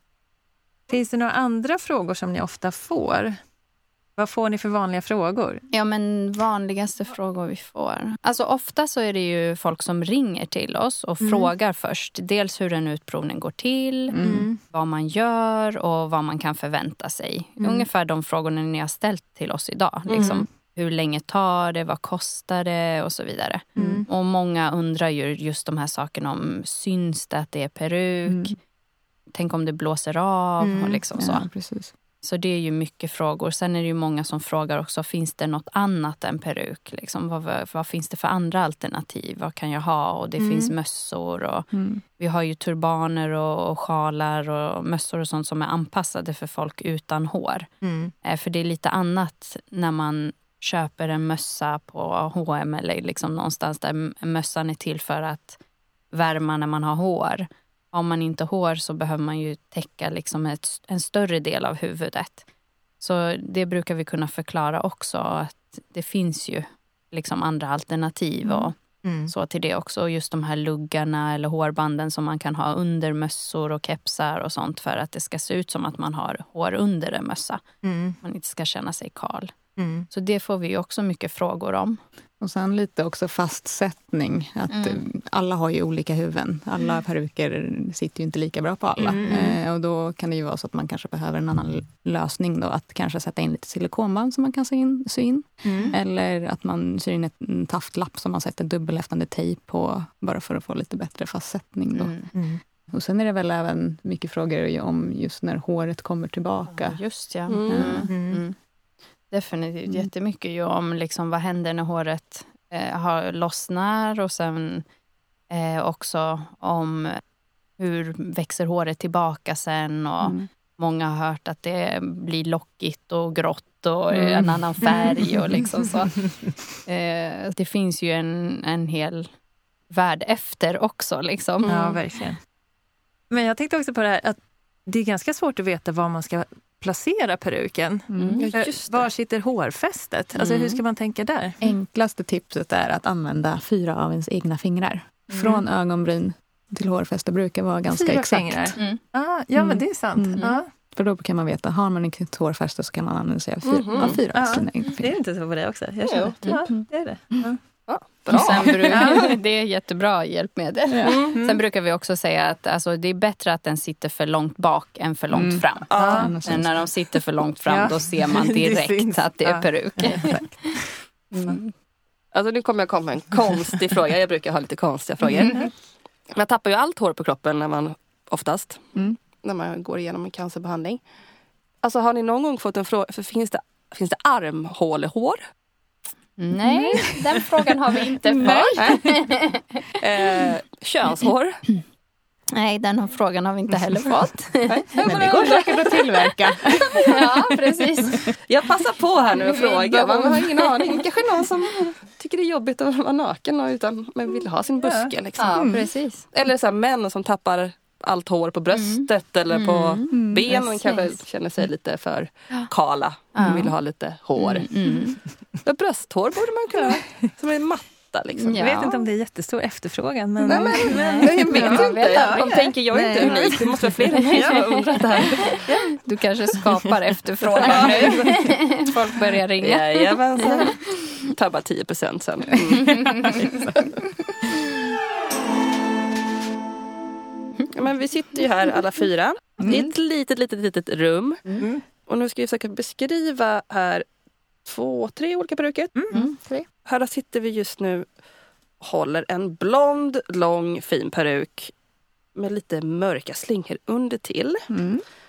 Finns det några andra frågor som ni ofta får? Vad får ni för vanliga frågor? Ja, men vanligaste frågor vi får. Alltså ofta så är det ju folk som ringer till oss och mm. frågar först. Dels hur en utprovning går till, mm. vad man gör och vad man kan förvänta sig. Mm. Ungefär de frågorna ni har ställt till oss idag. Liksom, mm. hur länge tar det, vad kostar det och så vidare. Mm. Och många undrar ju just de här sakerna om syns det att det är peruk. Mm. Tänk om det blåser av mm. och liksom så. Ja, precis. Så det är ju mycket frågor. Sen är det ju många som frågar också, finns det något annat än peruk? Liksom, vad, vad finns det för andra alternativ? Vad kan jag ha? Och det mm. finns mössor. Och mm. vi har ju turbaner och, och sjalar och mössor och sånt som är anpassade för folk utan hår. Mm. Eh, för det är lite annat när man köper en mössa på H och M eller liksom någonstans där mössan är till för att värma när man har hår. Om man inte har hår så behöver man ju täcka liksom ett, en större del av huvudet. Så det brukar vi kunna förklara också. Att det finns ju liksom andra alternativ och mm. så till det också. Och just de här luggarna eller hårbanden som man kan ha under mössor och kepsar och sånt. För att det ska se ut som att man har hår under en mössa. Mm. Man inte ska känna sig kal. Mm. Så det får vi ju också mycket frågor om. Och sen lite också fastsättning. Att mm. alla har ju olika huvuden. Alla mm. peruker sitter ju inte lika bra på alla. Mm. Eh, och då kan det ju vara så att man kanske behöver en annan lösning då. Att kanske sätta in lite silikonband som man kan sy in. Sy in. Mm. Eller att man syr in ett, en taftlapp som man sätter dubbelhäftande tejp på. Bara för att få lite bättre fastsättning då. Mm. Mm. Och sen är det väl även mycket frågor om just när håret kommer tillbaka. Ja, just ja. Mm. Mm. Mm. Definitivt mm. jättemycket ju om liksom vad händer när håret eh, har lossnar och sen eh, också om hur växer håret tillbaka sen och mm. många har hört att det blir lockigt och grått och mm. en annan färg och liksom så. Eh, det finns ju en, en hel värld efter också liksom. Mm. Ja, verkligen. Men jag tänkte också på det här att det är ganska svårt att veta vad man ska placera peruken. Mm. Ja, just det. Var sitter hårfästet? Alltså mm. hur ska man tänka där? Enklaste tipset är att använda fyra av ens egna fingrar. Mm. Från ögonbryn till hårfäste brukar vara ganska fyra exakt. Fingrar. Mm. Ah, ja, mm. men det är sant. Mm. Ah. För då kan man veta, har man ett hårfäste så kan man använda sig av fyra, mm-hmm. av fyra ah. sina egna fingrar. Det är inte så på det också. Jag känner. Ja, det är det. Ja. Ja, bra. Sen brukar, det är jättebra hjälpmedel. Mm. Sen brukar vi också säga att alltså, det är bättre att den sitter för långt bak än för långt mm. fram. Ja. Men när de sitter för långt fram ja. Då ser man direkt det att det är ja. Peruk. Mm. Alltså nu kommer jag komma med en konstig fråga. Jag brukar ha lite konstiga frågor. Mm. Man tappar ju allt hår på kroppen när man oftast mm. när man går igenom en cancerbehandling. Alltså har ni någon gång fått en fråga, för finns det, finns det armhålehår? Nej, den frågan har vi inte fått. eh, könshår? Nej, den frågan har vi inte heller fått. Nej, men det går säkert att tillverka. Ja, precis. Jag passar på här nu och frågar. Man har ingen aning. Kanske någon som tycker det är jobbigt att vara naken utan man vill ha sin buske. Liksom. Ja, precis. Eller så här, män som tappar allt hår på bröstet mm. eller på mm. benen mm. kanske känner sig lite för kala. Man vill ha lite hår. Mm. Mm. Brösthår borde man kunna ha. Som är matta liksom. Ja. Jag vet inte om det är jättestor efterfrågan. Men... Nej, men, nej. Jag vet ja, inte. Jag de tänker jag är inte unik. Det måste vara fler än mig som har undrat det här. Du kanske skapar efterfrågan nu. Folk börjar ringa. Jajamensan. Tar bara tio procent sen. Mm. Men vi sitter ju här alla fyra mm. i ett litet, litet, litet rum. Mm. Och nu ska vi försöka beskriva här två, tre olika peruker. Mm. Mm. Här sitter vi just nu och håller en blond, lång, fin peruk med lite mörka slingor under till. Mm.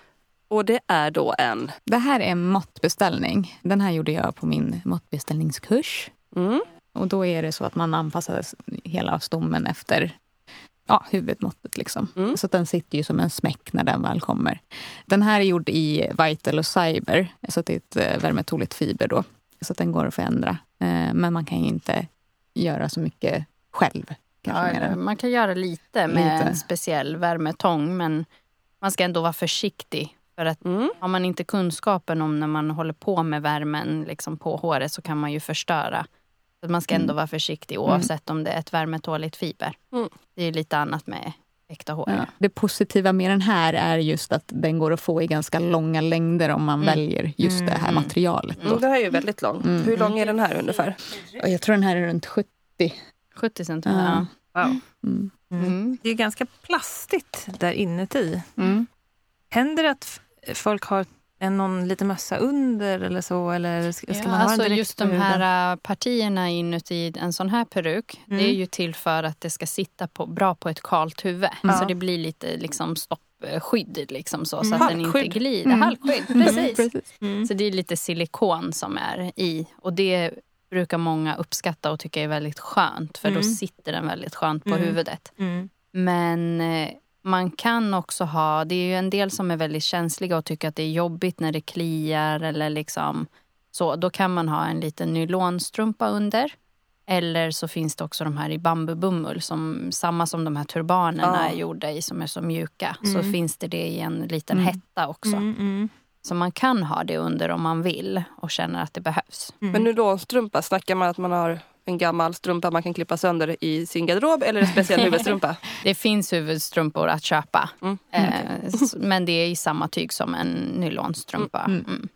Och det är då en... Det här är en måttbeställning. Den här gjorde jag på min måttbeställningskurs. Mm. Och då är det så att man anpassar hela stommen efter ja, huvudmåttet. Liksom. Mm. Så att den sitter ju som en smäck när den väl kommer. Den här är gjord i Vital och Cyber. Så att det är ett värmetåligt fiber då. Så att den går att förändra. Men man kan ju inte göra så mycket själv. Ja, man kan göra lite med lite. En speciell värmetång, men man ska ändå vara försiktig. För att Mm. har man inte kunskapen om när man håller på med värmen liksom på håret, så kan man ju förstöra. Så man ska ändå Mm. vara försiktig oavsett om det är ett värmetåligt fiber. Mm. Det är lite annat med äkta hår. Ja. Det positiva med den här är just att den går att få i ganska långa längder om man Mm. väljer just det här Mm. materialet. Då. Mm, det här är ju väldigt lång. Mm. Hur lång är den här ungefär? Jag tror den här är runt sjuttio. sjuttio centimeter. Ja. Wow. Mm. Mm. Det är ju ganska plastigt där inuti. Mm. Händer det att f- folk har en, någon liten mössa under eller så? Eller ska, ska Ja, man ha alltså en direkt just på de huden? här äh, partierna inuti en sån här peruk, Mm. det är ju till för att det ska sitta på, bra på ett kalt huvud. Ja. Så det blir lite liksom stoppskydd liksom så, så Mm. att den inte Halkskydd. glider. Mm. Halkskydd, Mm, precis. precis. Mm. Så det är lite silikon som är i. Och det brukar många uppskatta och tycka är väldigt skönt. För Mm. då sitter den väldigt skönt på Mm. huvudet. Mm. Men eh, man kan också ha, det är ju en del som är väldigt känsliga och tycker att det är jobbigt när det kliar eller liksom så. Då kan man ha en liten nylonstrumpa under. Eller så finns det också de här i bambubomull, som, samma som de här turbanerna Ja. är gjorda i, som är så mjuka. Mm. Så finns det det i en liten Mm. hetta också. Mm, mm, Så man kan ha det under om man vill och känner att det behövs. mm. Men nylonstrumpa, snackar man att man har en gammal strumpa man kan klippa sönder i sin garderob eller en speciell huvudstrumpa? Det finns huvudstrumpor att köpa. Mm. Eh, s- men det är i samma tyg som en nylonstrumpa. Mm. Mm.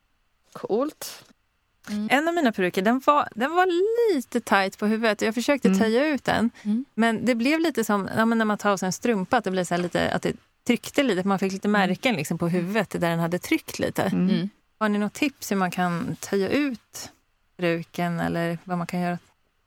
Coolt. En av mina peruker, den var, den var lite tajt på huvudet. Jag försökte Mm. töja ut den. Mm. Men det blev lite som ja, men när man tar av sig en strumpa. Att det, blev så här lite, att det tryckte lite. Man fick lite märken liksom, på huvudet där den hade tryckt lite. Mm. Mm. Har ni något tips hur man kan töja ut peruken? Eller vad man kan göra?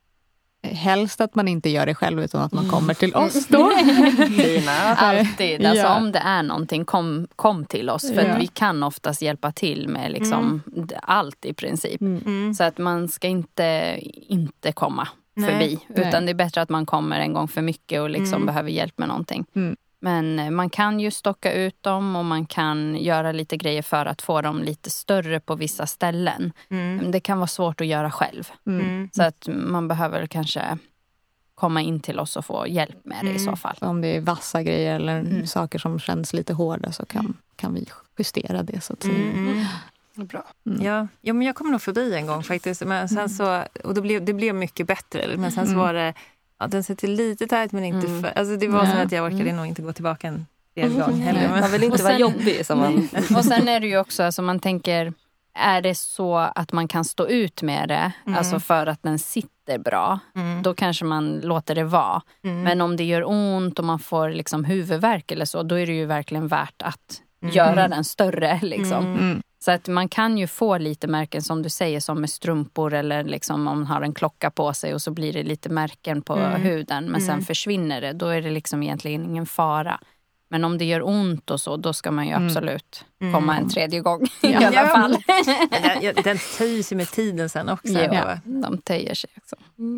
Helst att man inte gör det själv utan att man Mm. kommer till oss då. Fina. Alltid. Alltså, Ja. om det är någonting, kom, kom till oss. För Ja. att vi kan oftast hjälpa till med liksom d- allt i princip. Mm. Mm. Så att man ska inte, inte komma Nej. förbi. Utan Nej. det är bättre att man kommer en gång för mycket och liksom Mm. behöver hjälp med någonting. Mm. Men eh, man kan ju stocka ut dem och man kan göra lite grejer för att få dem lite större på vissa ställen. Mm. Men det kan vara svårt att göra själv. Mm. Mm. Så att man behöver kanske komma in till oss och få hjälp med det i Mm. så fall. Om det är vassa grejer eller Mm. saker som känns lite hårda så kan, kan vi justera det så att säga. Mm, mm. Bra. Mm. Ja, ja, men jag kom nog förbi en gång faktiskt. Men sen så, och då blev, det blev mycket bättre. Men sen så Mm. var det, ja, den sitter lite tajt men inte Mm. för... Alltså det var så Ja. att jag orkade Mm. nog inte gå tillbaka en tredje gång heller. Men, Man vill inte Och vara sen- jobbig som man... Och sen är det ju också, alltså man tänker, är det så att man kan stå ut med det, Mm. alltså för att den sitter bra, mm. då kanske man låter det vara. Mm. Men om det gör ont och man får liksom huvudvärk eller så, då är det ju verkligen värt att Mm. göra den större. Liksom. Mm. Mm. Så att man kan ju få lite märken som du säger, som med strumpor eller liksom om man har en klocka på sig och så blir det lite märken på Mm. huden, men sen Mm. försvinner det. Då är det liksom egentligen ingen fara. Men om det gör ont och så, då ska man ju Mm. absolut Mm. komma en tredje gång i Ja. alla fall. Men den, ja, den töjs ju med tiden sen också. Ja, de töjer sig också.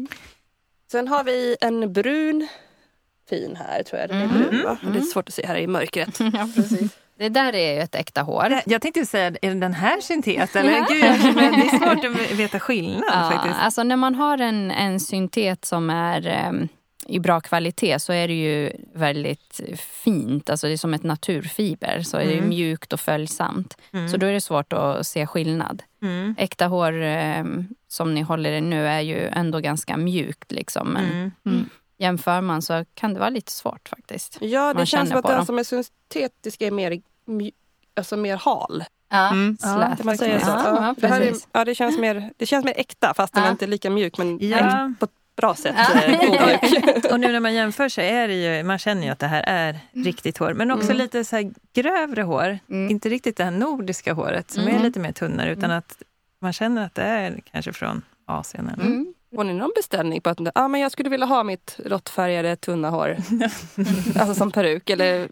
Sen har vi en brun fin här, tror jag. Den är Mm. brun, va? Det är svårt att se här i mörkret. Ja, precis. Det där är ju ett äkta hår. Det- Jag tänkte säga, är den här syntet? Eller? Gud, jag, men det är svårt att veta skillnad Ja, faktiskt. alltså när man har en, en syntet som är eh, i bra kvalitet så är det ju väldigt fint. Alltså det är som ett naturfiber, så är det Mm. mjukt och följsamt. Mm. Så då är det svårt att se skillnad. Mm. Äkta hår eh, som ni håller i nu är ju ändå ganska mjukt liksom. Men Mm. Mm. jämför man så kan det vara lite svårt faktiskt. Ja, det Man känns känner som att på den dem. som är syntetisk är mer, mj- alltså mer hal. Ja, Mm. slät. Kan man säga så? Ja, Ja, ja, det, här är, precis. ja, det, känns mer, det känns mer äkta, fast den Ja. är inte lika mjuk. Men Ja. på ett bra sätt. Ja. eh, god mjuk. Och nu när man jämför så är det ju, man känner ju att det här är riktigt hår. Men också Mm. lite så här grövre hår. Mm. Inte riktigt det här nordiska håret som Mm. är lite mer tunnare. Utan att man känner att det är kanske från Asien. Eller? Mm. Har ni någon beställning på att ah, men jag skulle vilja ha mitt råttfärgade tunna hår? Alltså som peruk eller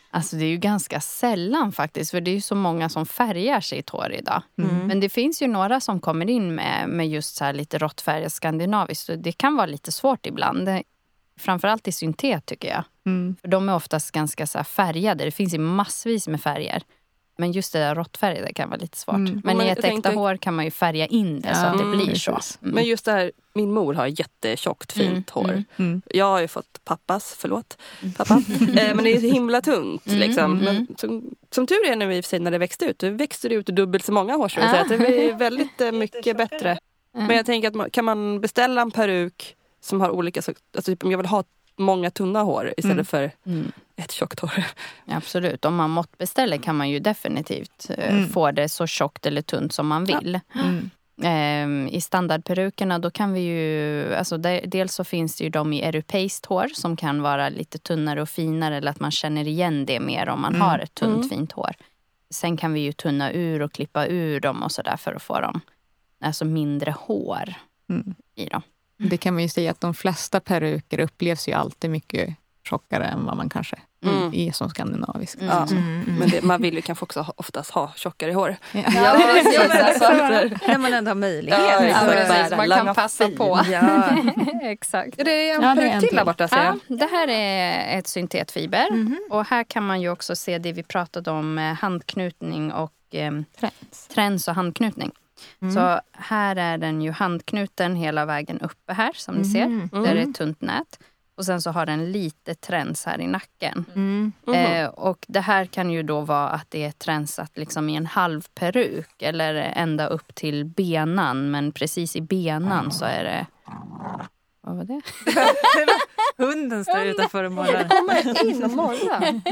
Alltså det är ju ganska sällan faktiskt. För det är ju så många som färgar sitt hår idag. Mm. Men det finns ju några som kommer in med, med just så här lite råttfärgat skandinaviskt. Så det kan vara lite svårt ibland. Det, framförallt i syntet tycker jag. Mm. För de är oftast ganska så här färgade. Det finns ju massvis med färger. Men just det där råttfärgade kan vara lite svårt. Mm. Men, men i ett äkta tänkte... hår kan man ju färga in det ja. så att det blir mm. så. Mm. Men just det här, min mor har jättetjockt fint mm. hår. Mm. Mm. Jag har ju fått pappas, förlåt, pappa. eh, men det är så himla tunt mm. liksom. Men mm. som, som tur är nu i och för sig när det växte ut. Det växte ut dubbelt så många hår så ah. det blir väldigt eh, mycket bättre. Mm. Men jag tänker att man, kan man beställa en peruk som har olika, alltså typ om jag vill ha många tunna hår istället mm. för mm. ett tjockt hår. Ja, absolut. Om man måttbeställer kan man ju definitivt mm. få det så tjockt eller tunt som man vill. Ja. Mm. Ehm, I standardperukerna då kan vi ju, alltså de, dels så finns det ju de i europeiskt hår som kan vara lite tunnare och finare eller att man känner igen det mer om man mm. har ett tunt mm. fint hår. Sen kan vi ju tunna ur och klippa ur dem och sådär för att få dem, alltså mindre hår mm. i dem. Det kan man ju säga att de flesta peruker upplevs ju alltid mycket tjockare än vad man kanske mm. är som skandinavisk. Mm. Ja. Mm. Men det, man vill ju kanske också ha, oftast ha tjockare hår. Ja, ja precis. Alltså, när man ändå har möjlighet. Ja, ja, precis. Man kan passa på. Ja. Exakt. Är det en ja, peruk till där borta? Ja, det här är ett syntetfiber. Mm-hmm. Och här kan man ju också se det vi pratade om, handknutning och eh, träns. träns och handknutning. Mm. Så här är den ju handknuten hela vägen uppe här som ni ser. Mm. Där är ett tunt nät. Och sen så har den lite träns här i nacken. Mm. Mm. Eh, och det här kan ju då vara att det är tränsat liksom i en halv peruk. Eller ända upp till benan. Men precis i benan så är det... Vad var det? Hunden står utanför och morrar. Kommer in och morrar.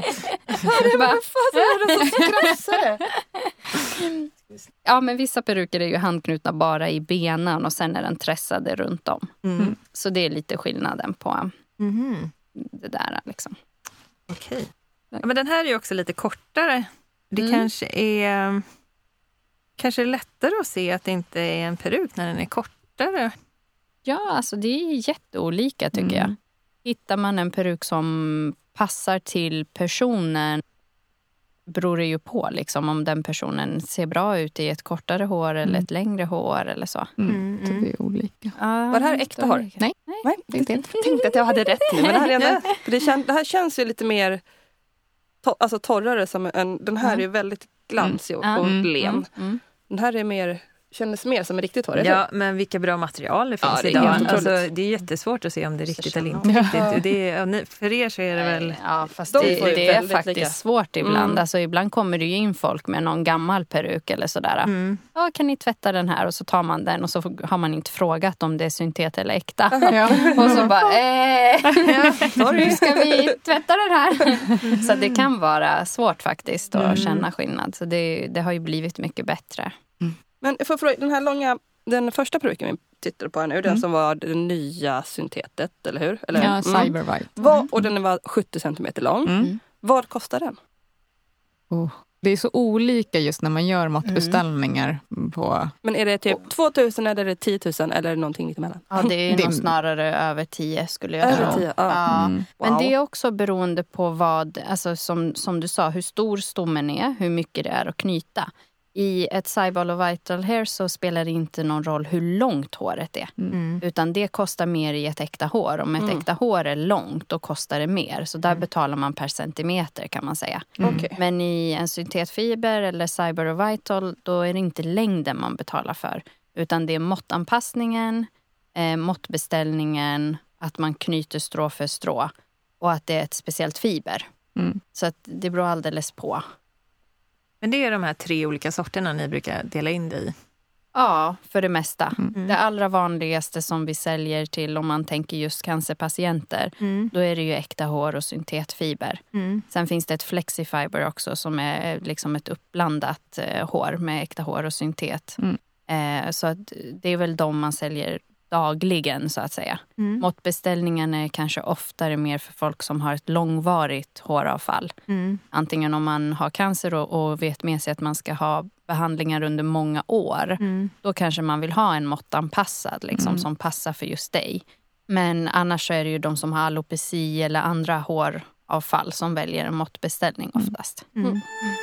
Vad fan är det som skrafsar? Ja, men vissa peruker är ju handknutna bara i benan och sen är den trässade runt om. Mm. Så det är lite skillnaden på mm. det där liksom. Okej. Ja, men den här är ju också lite kortare. Det mm. kanske är kanske är lättare att se att det inte är en peruk när den är kortare. Ja, alltså det är jätteolika tycker mm. jag. Hittar man en peruk som passar till personen beror det ju på liksom, om den personen ser bra ut i ett kortare hår eller mm. ett längre hår eller så. Mm. Mm. Så det är olika. Uh, Var det här äkta hår? Nej. Nej, Nej det är inte. Jag tänkte att jag hade rätt nu. Men det här, ändå, för det, kän, det här känns ju lite mer to, alltså torrare. Som en, den här mm. är väldigt glansig och, och mm. len. Mm. Mm. Den här är mer... kändes mer som en riktigt hår. Ja, men vilka bra material det finns ja, det idag. Alltså, det är jättesvårt att se om det är riktigt eller inte riktigt. Det är, för er så är det väl... Ja, fast det, det, det är faktiskt lika. svårt ibland. Mm. Alltså, ibland kommer det ju in folk med någon gammal peruk eller sådär. Mm. Ja, kan ni tvätta den här? Och så tar man den och så har man inte frågat om det är syntet eller äkta. Ja. Och så bara, eh, hur ska vi tvätta den här? Så det kan vara svårt faktiskt att mm. känna skillnad. Så det, det har ju blivit mycket bättre. Men för fråga, den här långa, den första peruken vi tittade på här nu, mm. den som var det nya syntetet, eller hur? Eller, ja, Cybervite. Mm. Och den var sjuttio centimeter lång. Mm. Vad kostar den? Oh. Det är så olika just när man gör måttbeställningar mm. på... Men är det typ tvåtusen eller är det tiotusen eller någonting lite emellan? Ja, det är nog snarare över tio skulle jag tro. Över tio, ja. ja. Mm. Men wow. det är också beroende på vad, alltså som, som du sa, hur stor stommen är, hur mycket det är att knyta. I ett Cyball och Vital Hair så spelar det inte någon roll hur långt håret är. Mm. Utan det kostar mer i ett äkta hår. Om ett mm. äkta hår är långt, då kostar det mer. Så där mm. betalar man per centimeter kan man säga. Mm. Okay. Men i en syntetfiber eller Cyber och Vital, då är det inte längden man betalar för. Utan det är måttanpassningen, eh, måttbeställningen, att man knyter strå för strå. Och att det är ett speciellt fiber. Mm. Så att det beror alldeles på. Men det är de här tre olika sorterna ni brukar dela in det i? Ja, för det mesta. Mm. Det allra vanligaste som vi säljer till om man tänker just cancerpatienter, mm. då är det ju äkta hår och syntetfiber. Mm. Sen finns det ett flexifiber också som är liksom ett uppblandat eh, hår med äkta hår och syntet. Mm. Eh, så att det är väl de man säljer dagligen så att säga. Mm. Måttbeställningen är kanske oftare mer för folk som har ett långvarigt håravfall. Mm. Antingen om man har cancer och, och vet med sig att man ska ha behandlingar under många år. Mm. Då kanske man vill ha en måttanpassad liksom, mm. som passar för just dig. Men annars så är det ju de som har alopeci eller andra hår av fall som väljer en måttbeställning oftast. Mm. Mm.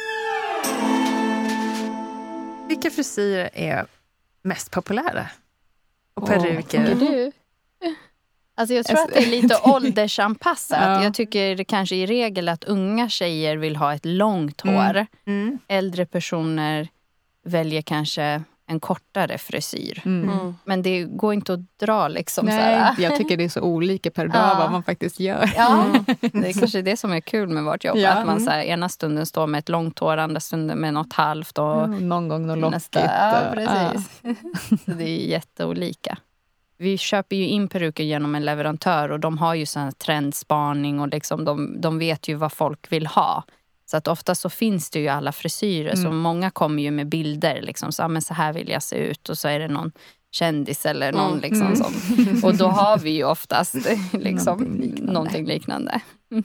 Vilka frisyrer är mest populära? Och peruker? Oh, du? Alltså jag tror att det är lite åldersanpassat. Ja. Jag tycker kanske i regel att unga tjejer vill ha ett långt hår. Mm. Mm. Äldre personer väljer kanske en kortare frisyr. Mm. Mm. Men det går inte att dra liksom. Nej, såhär. jag tycker det är så olika per dag ja. vad man faktiskt gör. Ja, det är kanske det som är kul med vårt jobb. Ja. Att man så här, ena stunden står med ett långt hår, andra stunden med något halvt. Och mm, någon gång något lockigt. Ja, precis. Ja. Så det är jätteolika. Vi köper ju in peruker genom en leverantör och de har ju sån här trendspaning och liksom de, de vet ju vad folk vill ha. Så att ofta så finns det ju alla frisyrer. Mm. Så många kommer ju med bilder liksom. Så, ah, men så här vill jag se ut. Och så är det någon kändis eller någon mm. liksom mm. som. Och då har vi ju oftast liksom, någonting liknande. Någonting liknande.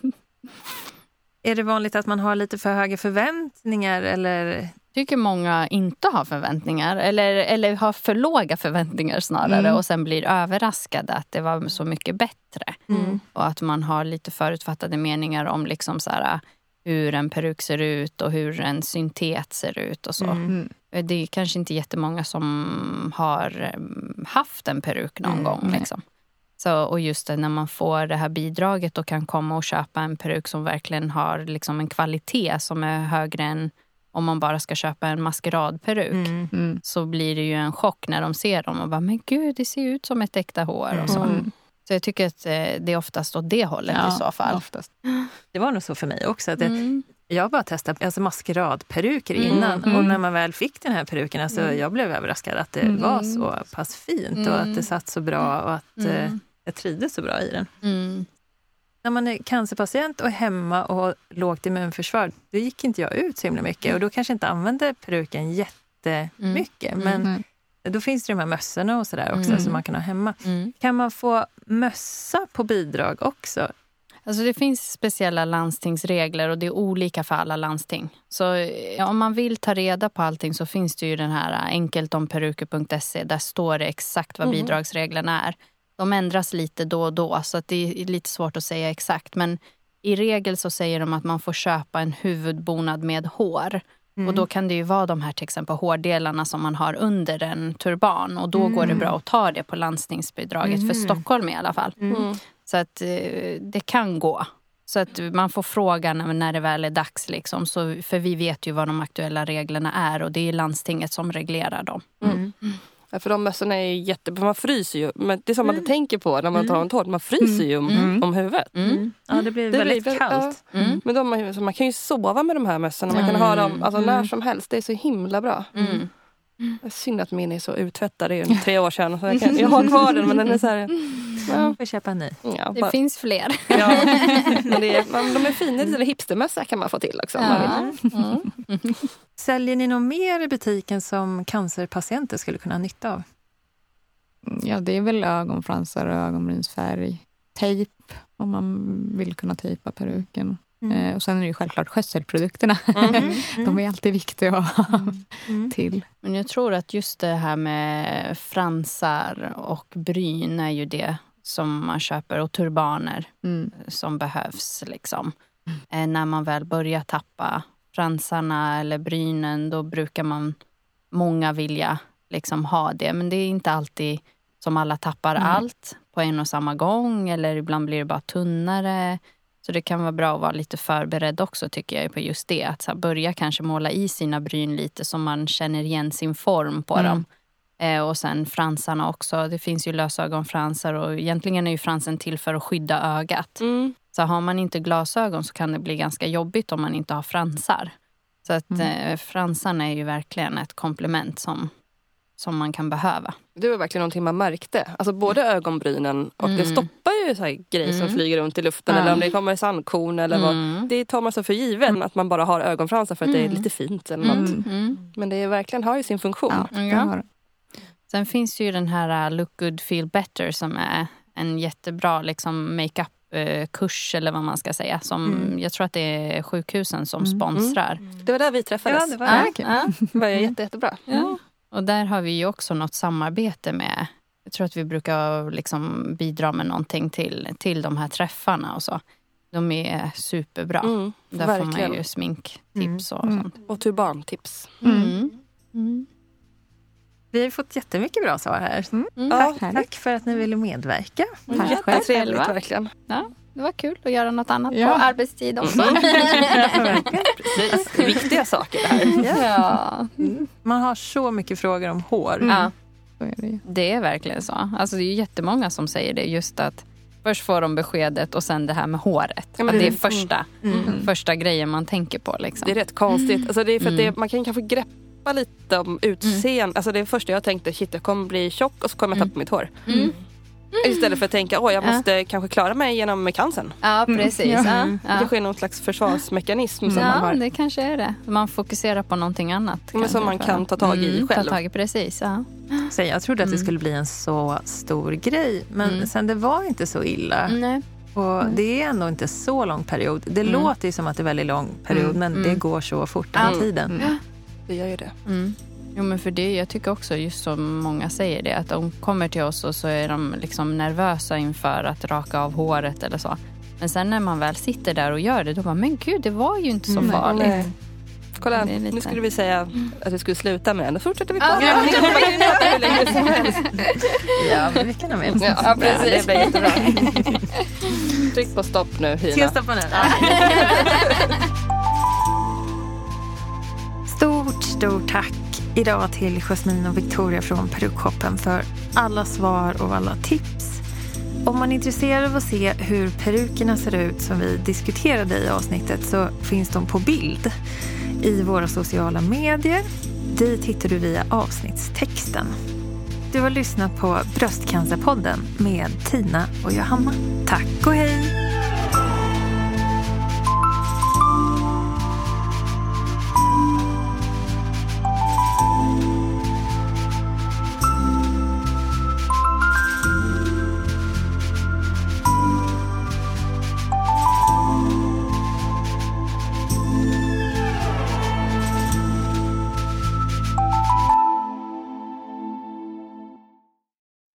Är det vanligt att man har lite för höga förväntningar eller... Tycker många inte har förväntningar eller, eller har för låga förväntningar snarare mm. och sen blir överraskade att det var så mycket bättre. Mm. Och att man har lite förutfattade meningar om liksom så här, hur en peruk ser ut och hur en syntet ser ut och så. Mm. Det är kanske inte jättemånga som har haft en peruk någon mm. gång liksom. Så, och just det, när man får det här bidraget och kan komma och köpa en peruk som verkligen har liksom en kvalitet som är högre än om man bara ska köpa en maskeradperuk mm. Mm. så blir det ju en chock när de ser dem och bara, men gud, det ser ut som ett äkta hår och så. Mm. Så jag tycker att det är oftast åt det hållet ja, i så fall. Oftast. Det var nog så för mig också. Att det, Mm. Jag bara testade alltså maskeradperuker Mm. innan Mm. och när man väl fick den här peruken alltså, Mm. jag blev överraskad att det Mm. var så pass fint Mm. och att det satt så bra och att Mm. eh, jag trivdes så bra i den. Mm. När man är cancerpatient och är hemma och har lågt immunförsvar, då gick inte jag ut så himla mycket och då kanske inte använde peruken jättemycket. Mm. Men Mm. då finns det de här mössorna och sådär också Mm. som man kan ha hemma. Mm. Kan man få mössa på bidrag också? Alltså det finns speciella landstingsregler och det är olika för alla landsting. Så ja, om man vill ta reda på allting så finns det ju den här enkeltomperuker punkt se. Där står det exakt vad Mm. bidragsreglerna är. De ändras lite då och då så att det är lite svårt att säga exakt. Men i regel så säger de att man får köpa en huvudbonad med hår. Mm. Och då kan det ju vara de här till exempel hårdelarna som man har under en turban. Och då Mm. går det bra att ta det på landstingsbidraget Mm. för Stockholm i alla fall. Mm. Så att eh, det kan gå. Så att man får fråga när, när det väl är dags. Liksom. Så, för vi vet ju vad de aktuella reglerna är. Och det är landstinget som reglerar dem. Mm. Ja, för de mössorna är jättebra. Man fryser ju. Men det är som man Mm. inte tänker på när man tar en tård. Man fryser ju om, Mm. om huvudet. Mm. Ja, det blir Det väldigt blir- kallt. ja. Mm. Men de, så man kan ju sova med de här mössorna. Man kan Mm. ha dem alltså, när Mm. som helst. Det är så himla bra. Mm. Det är synd att min är så uttvättad. Det är ju tre år sedan. Så jag, kan, jag har kvar den men den är så här... Ja. Får köpa en ny. Ja, Det bara, finns fler. ja. Men det är, man, de är fina. Lite hipstermössa kan man få till också. Om man vill. Ja. Mm. Säljer ni något mer i butiken som cancerpatienter skulle kunna ha nytta av? Ja, det är väl ögonfransar och ögonbrynsfärg. Tejp, om man vill kunna tejpa peruken. Mm. Eh, och sen är det ju självklart skötselprodukterna. Mm. De är alltid viktiga att ha Mm. till. Men jag tror att just det här med fransar och bryn är ju det som man köper. Och turbaner Mm. som behövs liksom. Eh, när man väl börjar tappa fransarna eller brynen, då brukar man många vilja liksom ha det. Men det är inte alltid som alla tappar Mm. allt på en och samma gång. Eller ibland blir det bara tunnare. Så det kan vara bra att vara lite förberedd också tycker jag på just det. Att så här, börja kanske måla i sina bryn lite så man känner igen sin form på Mm. dem. Eh, och sen fransarna också. Det finns ju lösögonfransar och egentligen är ju fransen till för att skydda ögat. Mm. Så har man inte glasögon så kan det bli ganska jobbigt om man inte har fransar. Så att Mm. eh, fransarna är ju verkligen ett komplement som, som man kan behöva. Det var verkligen någonting man märkte. Alltså både ögonbrynen och Mm. det stoppar ju så här grejer som Mm. flyger runt i luften. Ja. Eller om det kommer sandkorn eller vad. Mm. Det tar man så för givet att man bara har ögonfransar för att det är Mm. lite fint eller något. Mm. Mm. Men det är verkligen har ju sin funktion. Ja, det Ja. har det. Sen finns ju den här uh, Look Good Feel Better som är en jättebra liksom, makeup-kurs eller vad man ska säga. Som, Mm. Jag tror att det är sjukhusen som Mm. sponsrar. Det var där vi träffades. Ja, det var Ja, det. ja. Det var ju jätte, jättebra. Ja. Och där har vi ju också något samarbete med. Jag tror att vi brukar liksom bidra med någonting till, till de här träffarna och så. De är superbra. Mm, Där verkligen. får man ju sminktips och Mm. sånt. Och turbantips. Mm. Mm. Vi har ju fått jättemycket bra svar här. Mm. Ja, Tack, tack för att ni ville medverka. jättetrevligt själva. verkligen. Ja, det var kul att göra något annat Ja. på arbetstid också. Precis, det är viktiga saker det här. Ja. Man har så mycket frågor om hår. Ja, Så är det ju. det är verkligen så. Alltså det är ju jättemånga som säger det. Just att först får de beskedet och sen det här med håret. Ja, men att det- det är första, Mm. första grejen man tänker på. Liksom. Det är rätt konstigt. Alltså det är för att Mm. det, man kan kanske greppa lite om utseende. Alltså det är första jag tänkte, shit jag kommer bli tjock och så kommer jag tappa mitt hår. Mm. Istället för att tänka, åh jag Ja. måste kanske klara mig genom cancern. Ja, precis. Ja. Ja. Det Ja. kanske är någon slags försvarsmekanism som man Ja, har. det kanske är det. Man fokuserar på någonting annat. Men som kanske man för- kan ta tag i mm, själv. Ta tag i, precis, ja. Så jag trodde att det Mm. skulle bli en så stor grej. Men Mm. sen det var inte så illa. Nej. Och det är ändå inte så lång period. Det Mm. låter ju som att det är väldigt lång period. Mm. Men Mm. det går så fort den Mm. tiden. Mm. Det gör ju det. Mm. Jo, men för det, jag tycker också, just som många säger det, att de kommer till oss och så är de liksom nervösa inför att raka av håret eller så. Men sen när man väl sitter där och gör det, då bara, men gud, det var ju inte så Mm. farligt. Nej. Kolla, Det är lite- nu skulle vi säga att vi skulle sluta med det. Då fortsätter vi Ja, prata. ja. Vi kan hoppa in i det hur länge som helst. Ja, men vi kan ha med. Ja, precis. Det blir jättebra. Tryck på stopp nu, Ska jag Hina. stoppa nu? Stort, stort tack idag till Jasmine och Victoria från Perukhoppen för alla svar och alla tips. Om man är intresserad av att se hur perukerna ser ut som vi diskuterade i avsnittet så finns de på bild i våra sociala medier. Dit hittar du via avsnittstexten. Du har lyssnat på Bröstcancerpodden med Tina och Johanna. Tack och hej!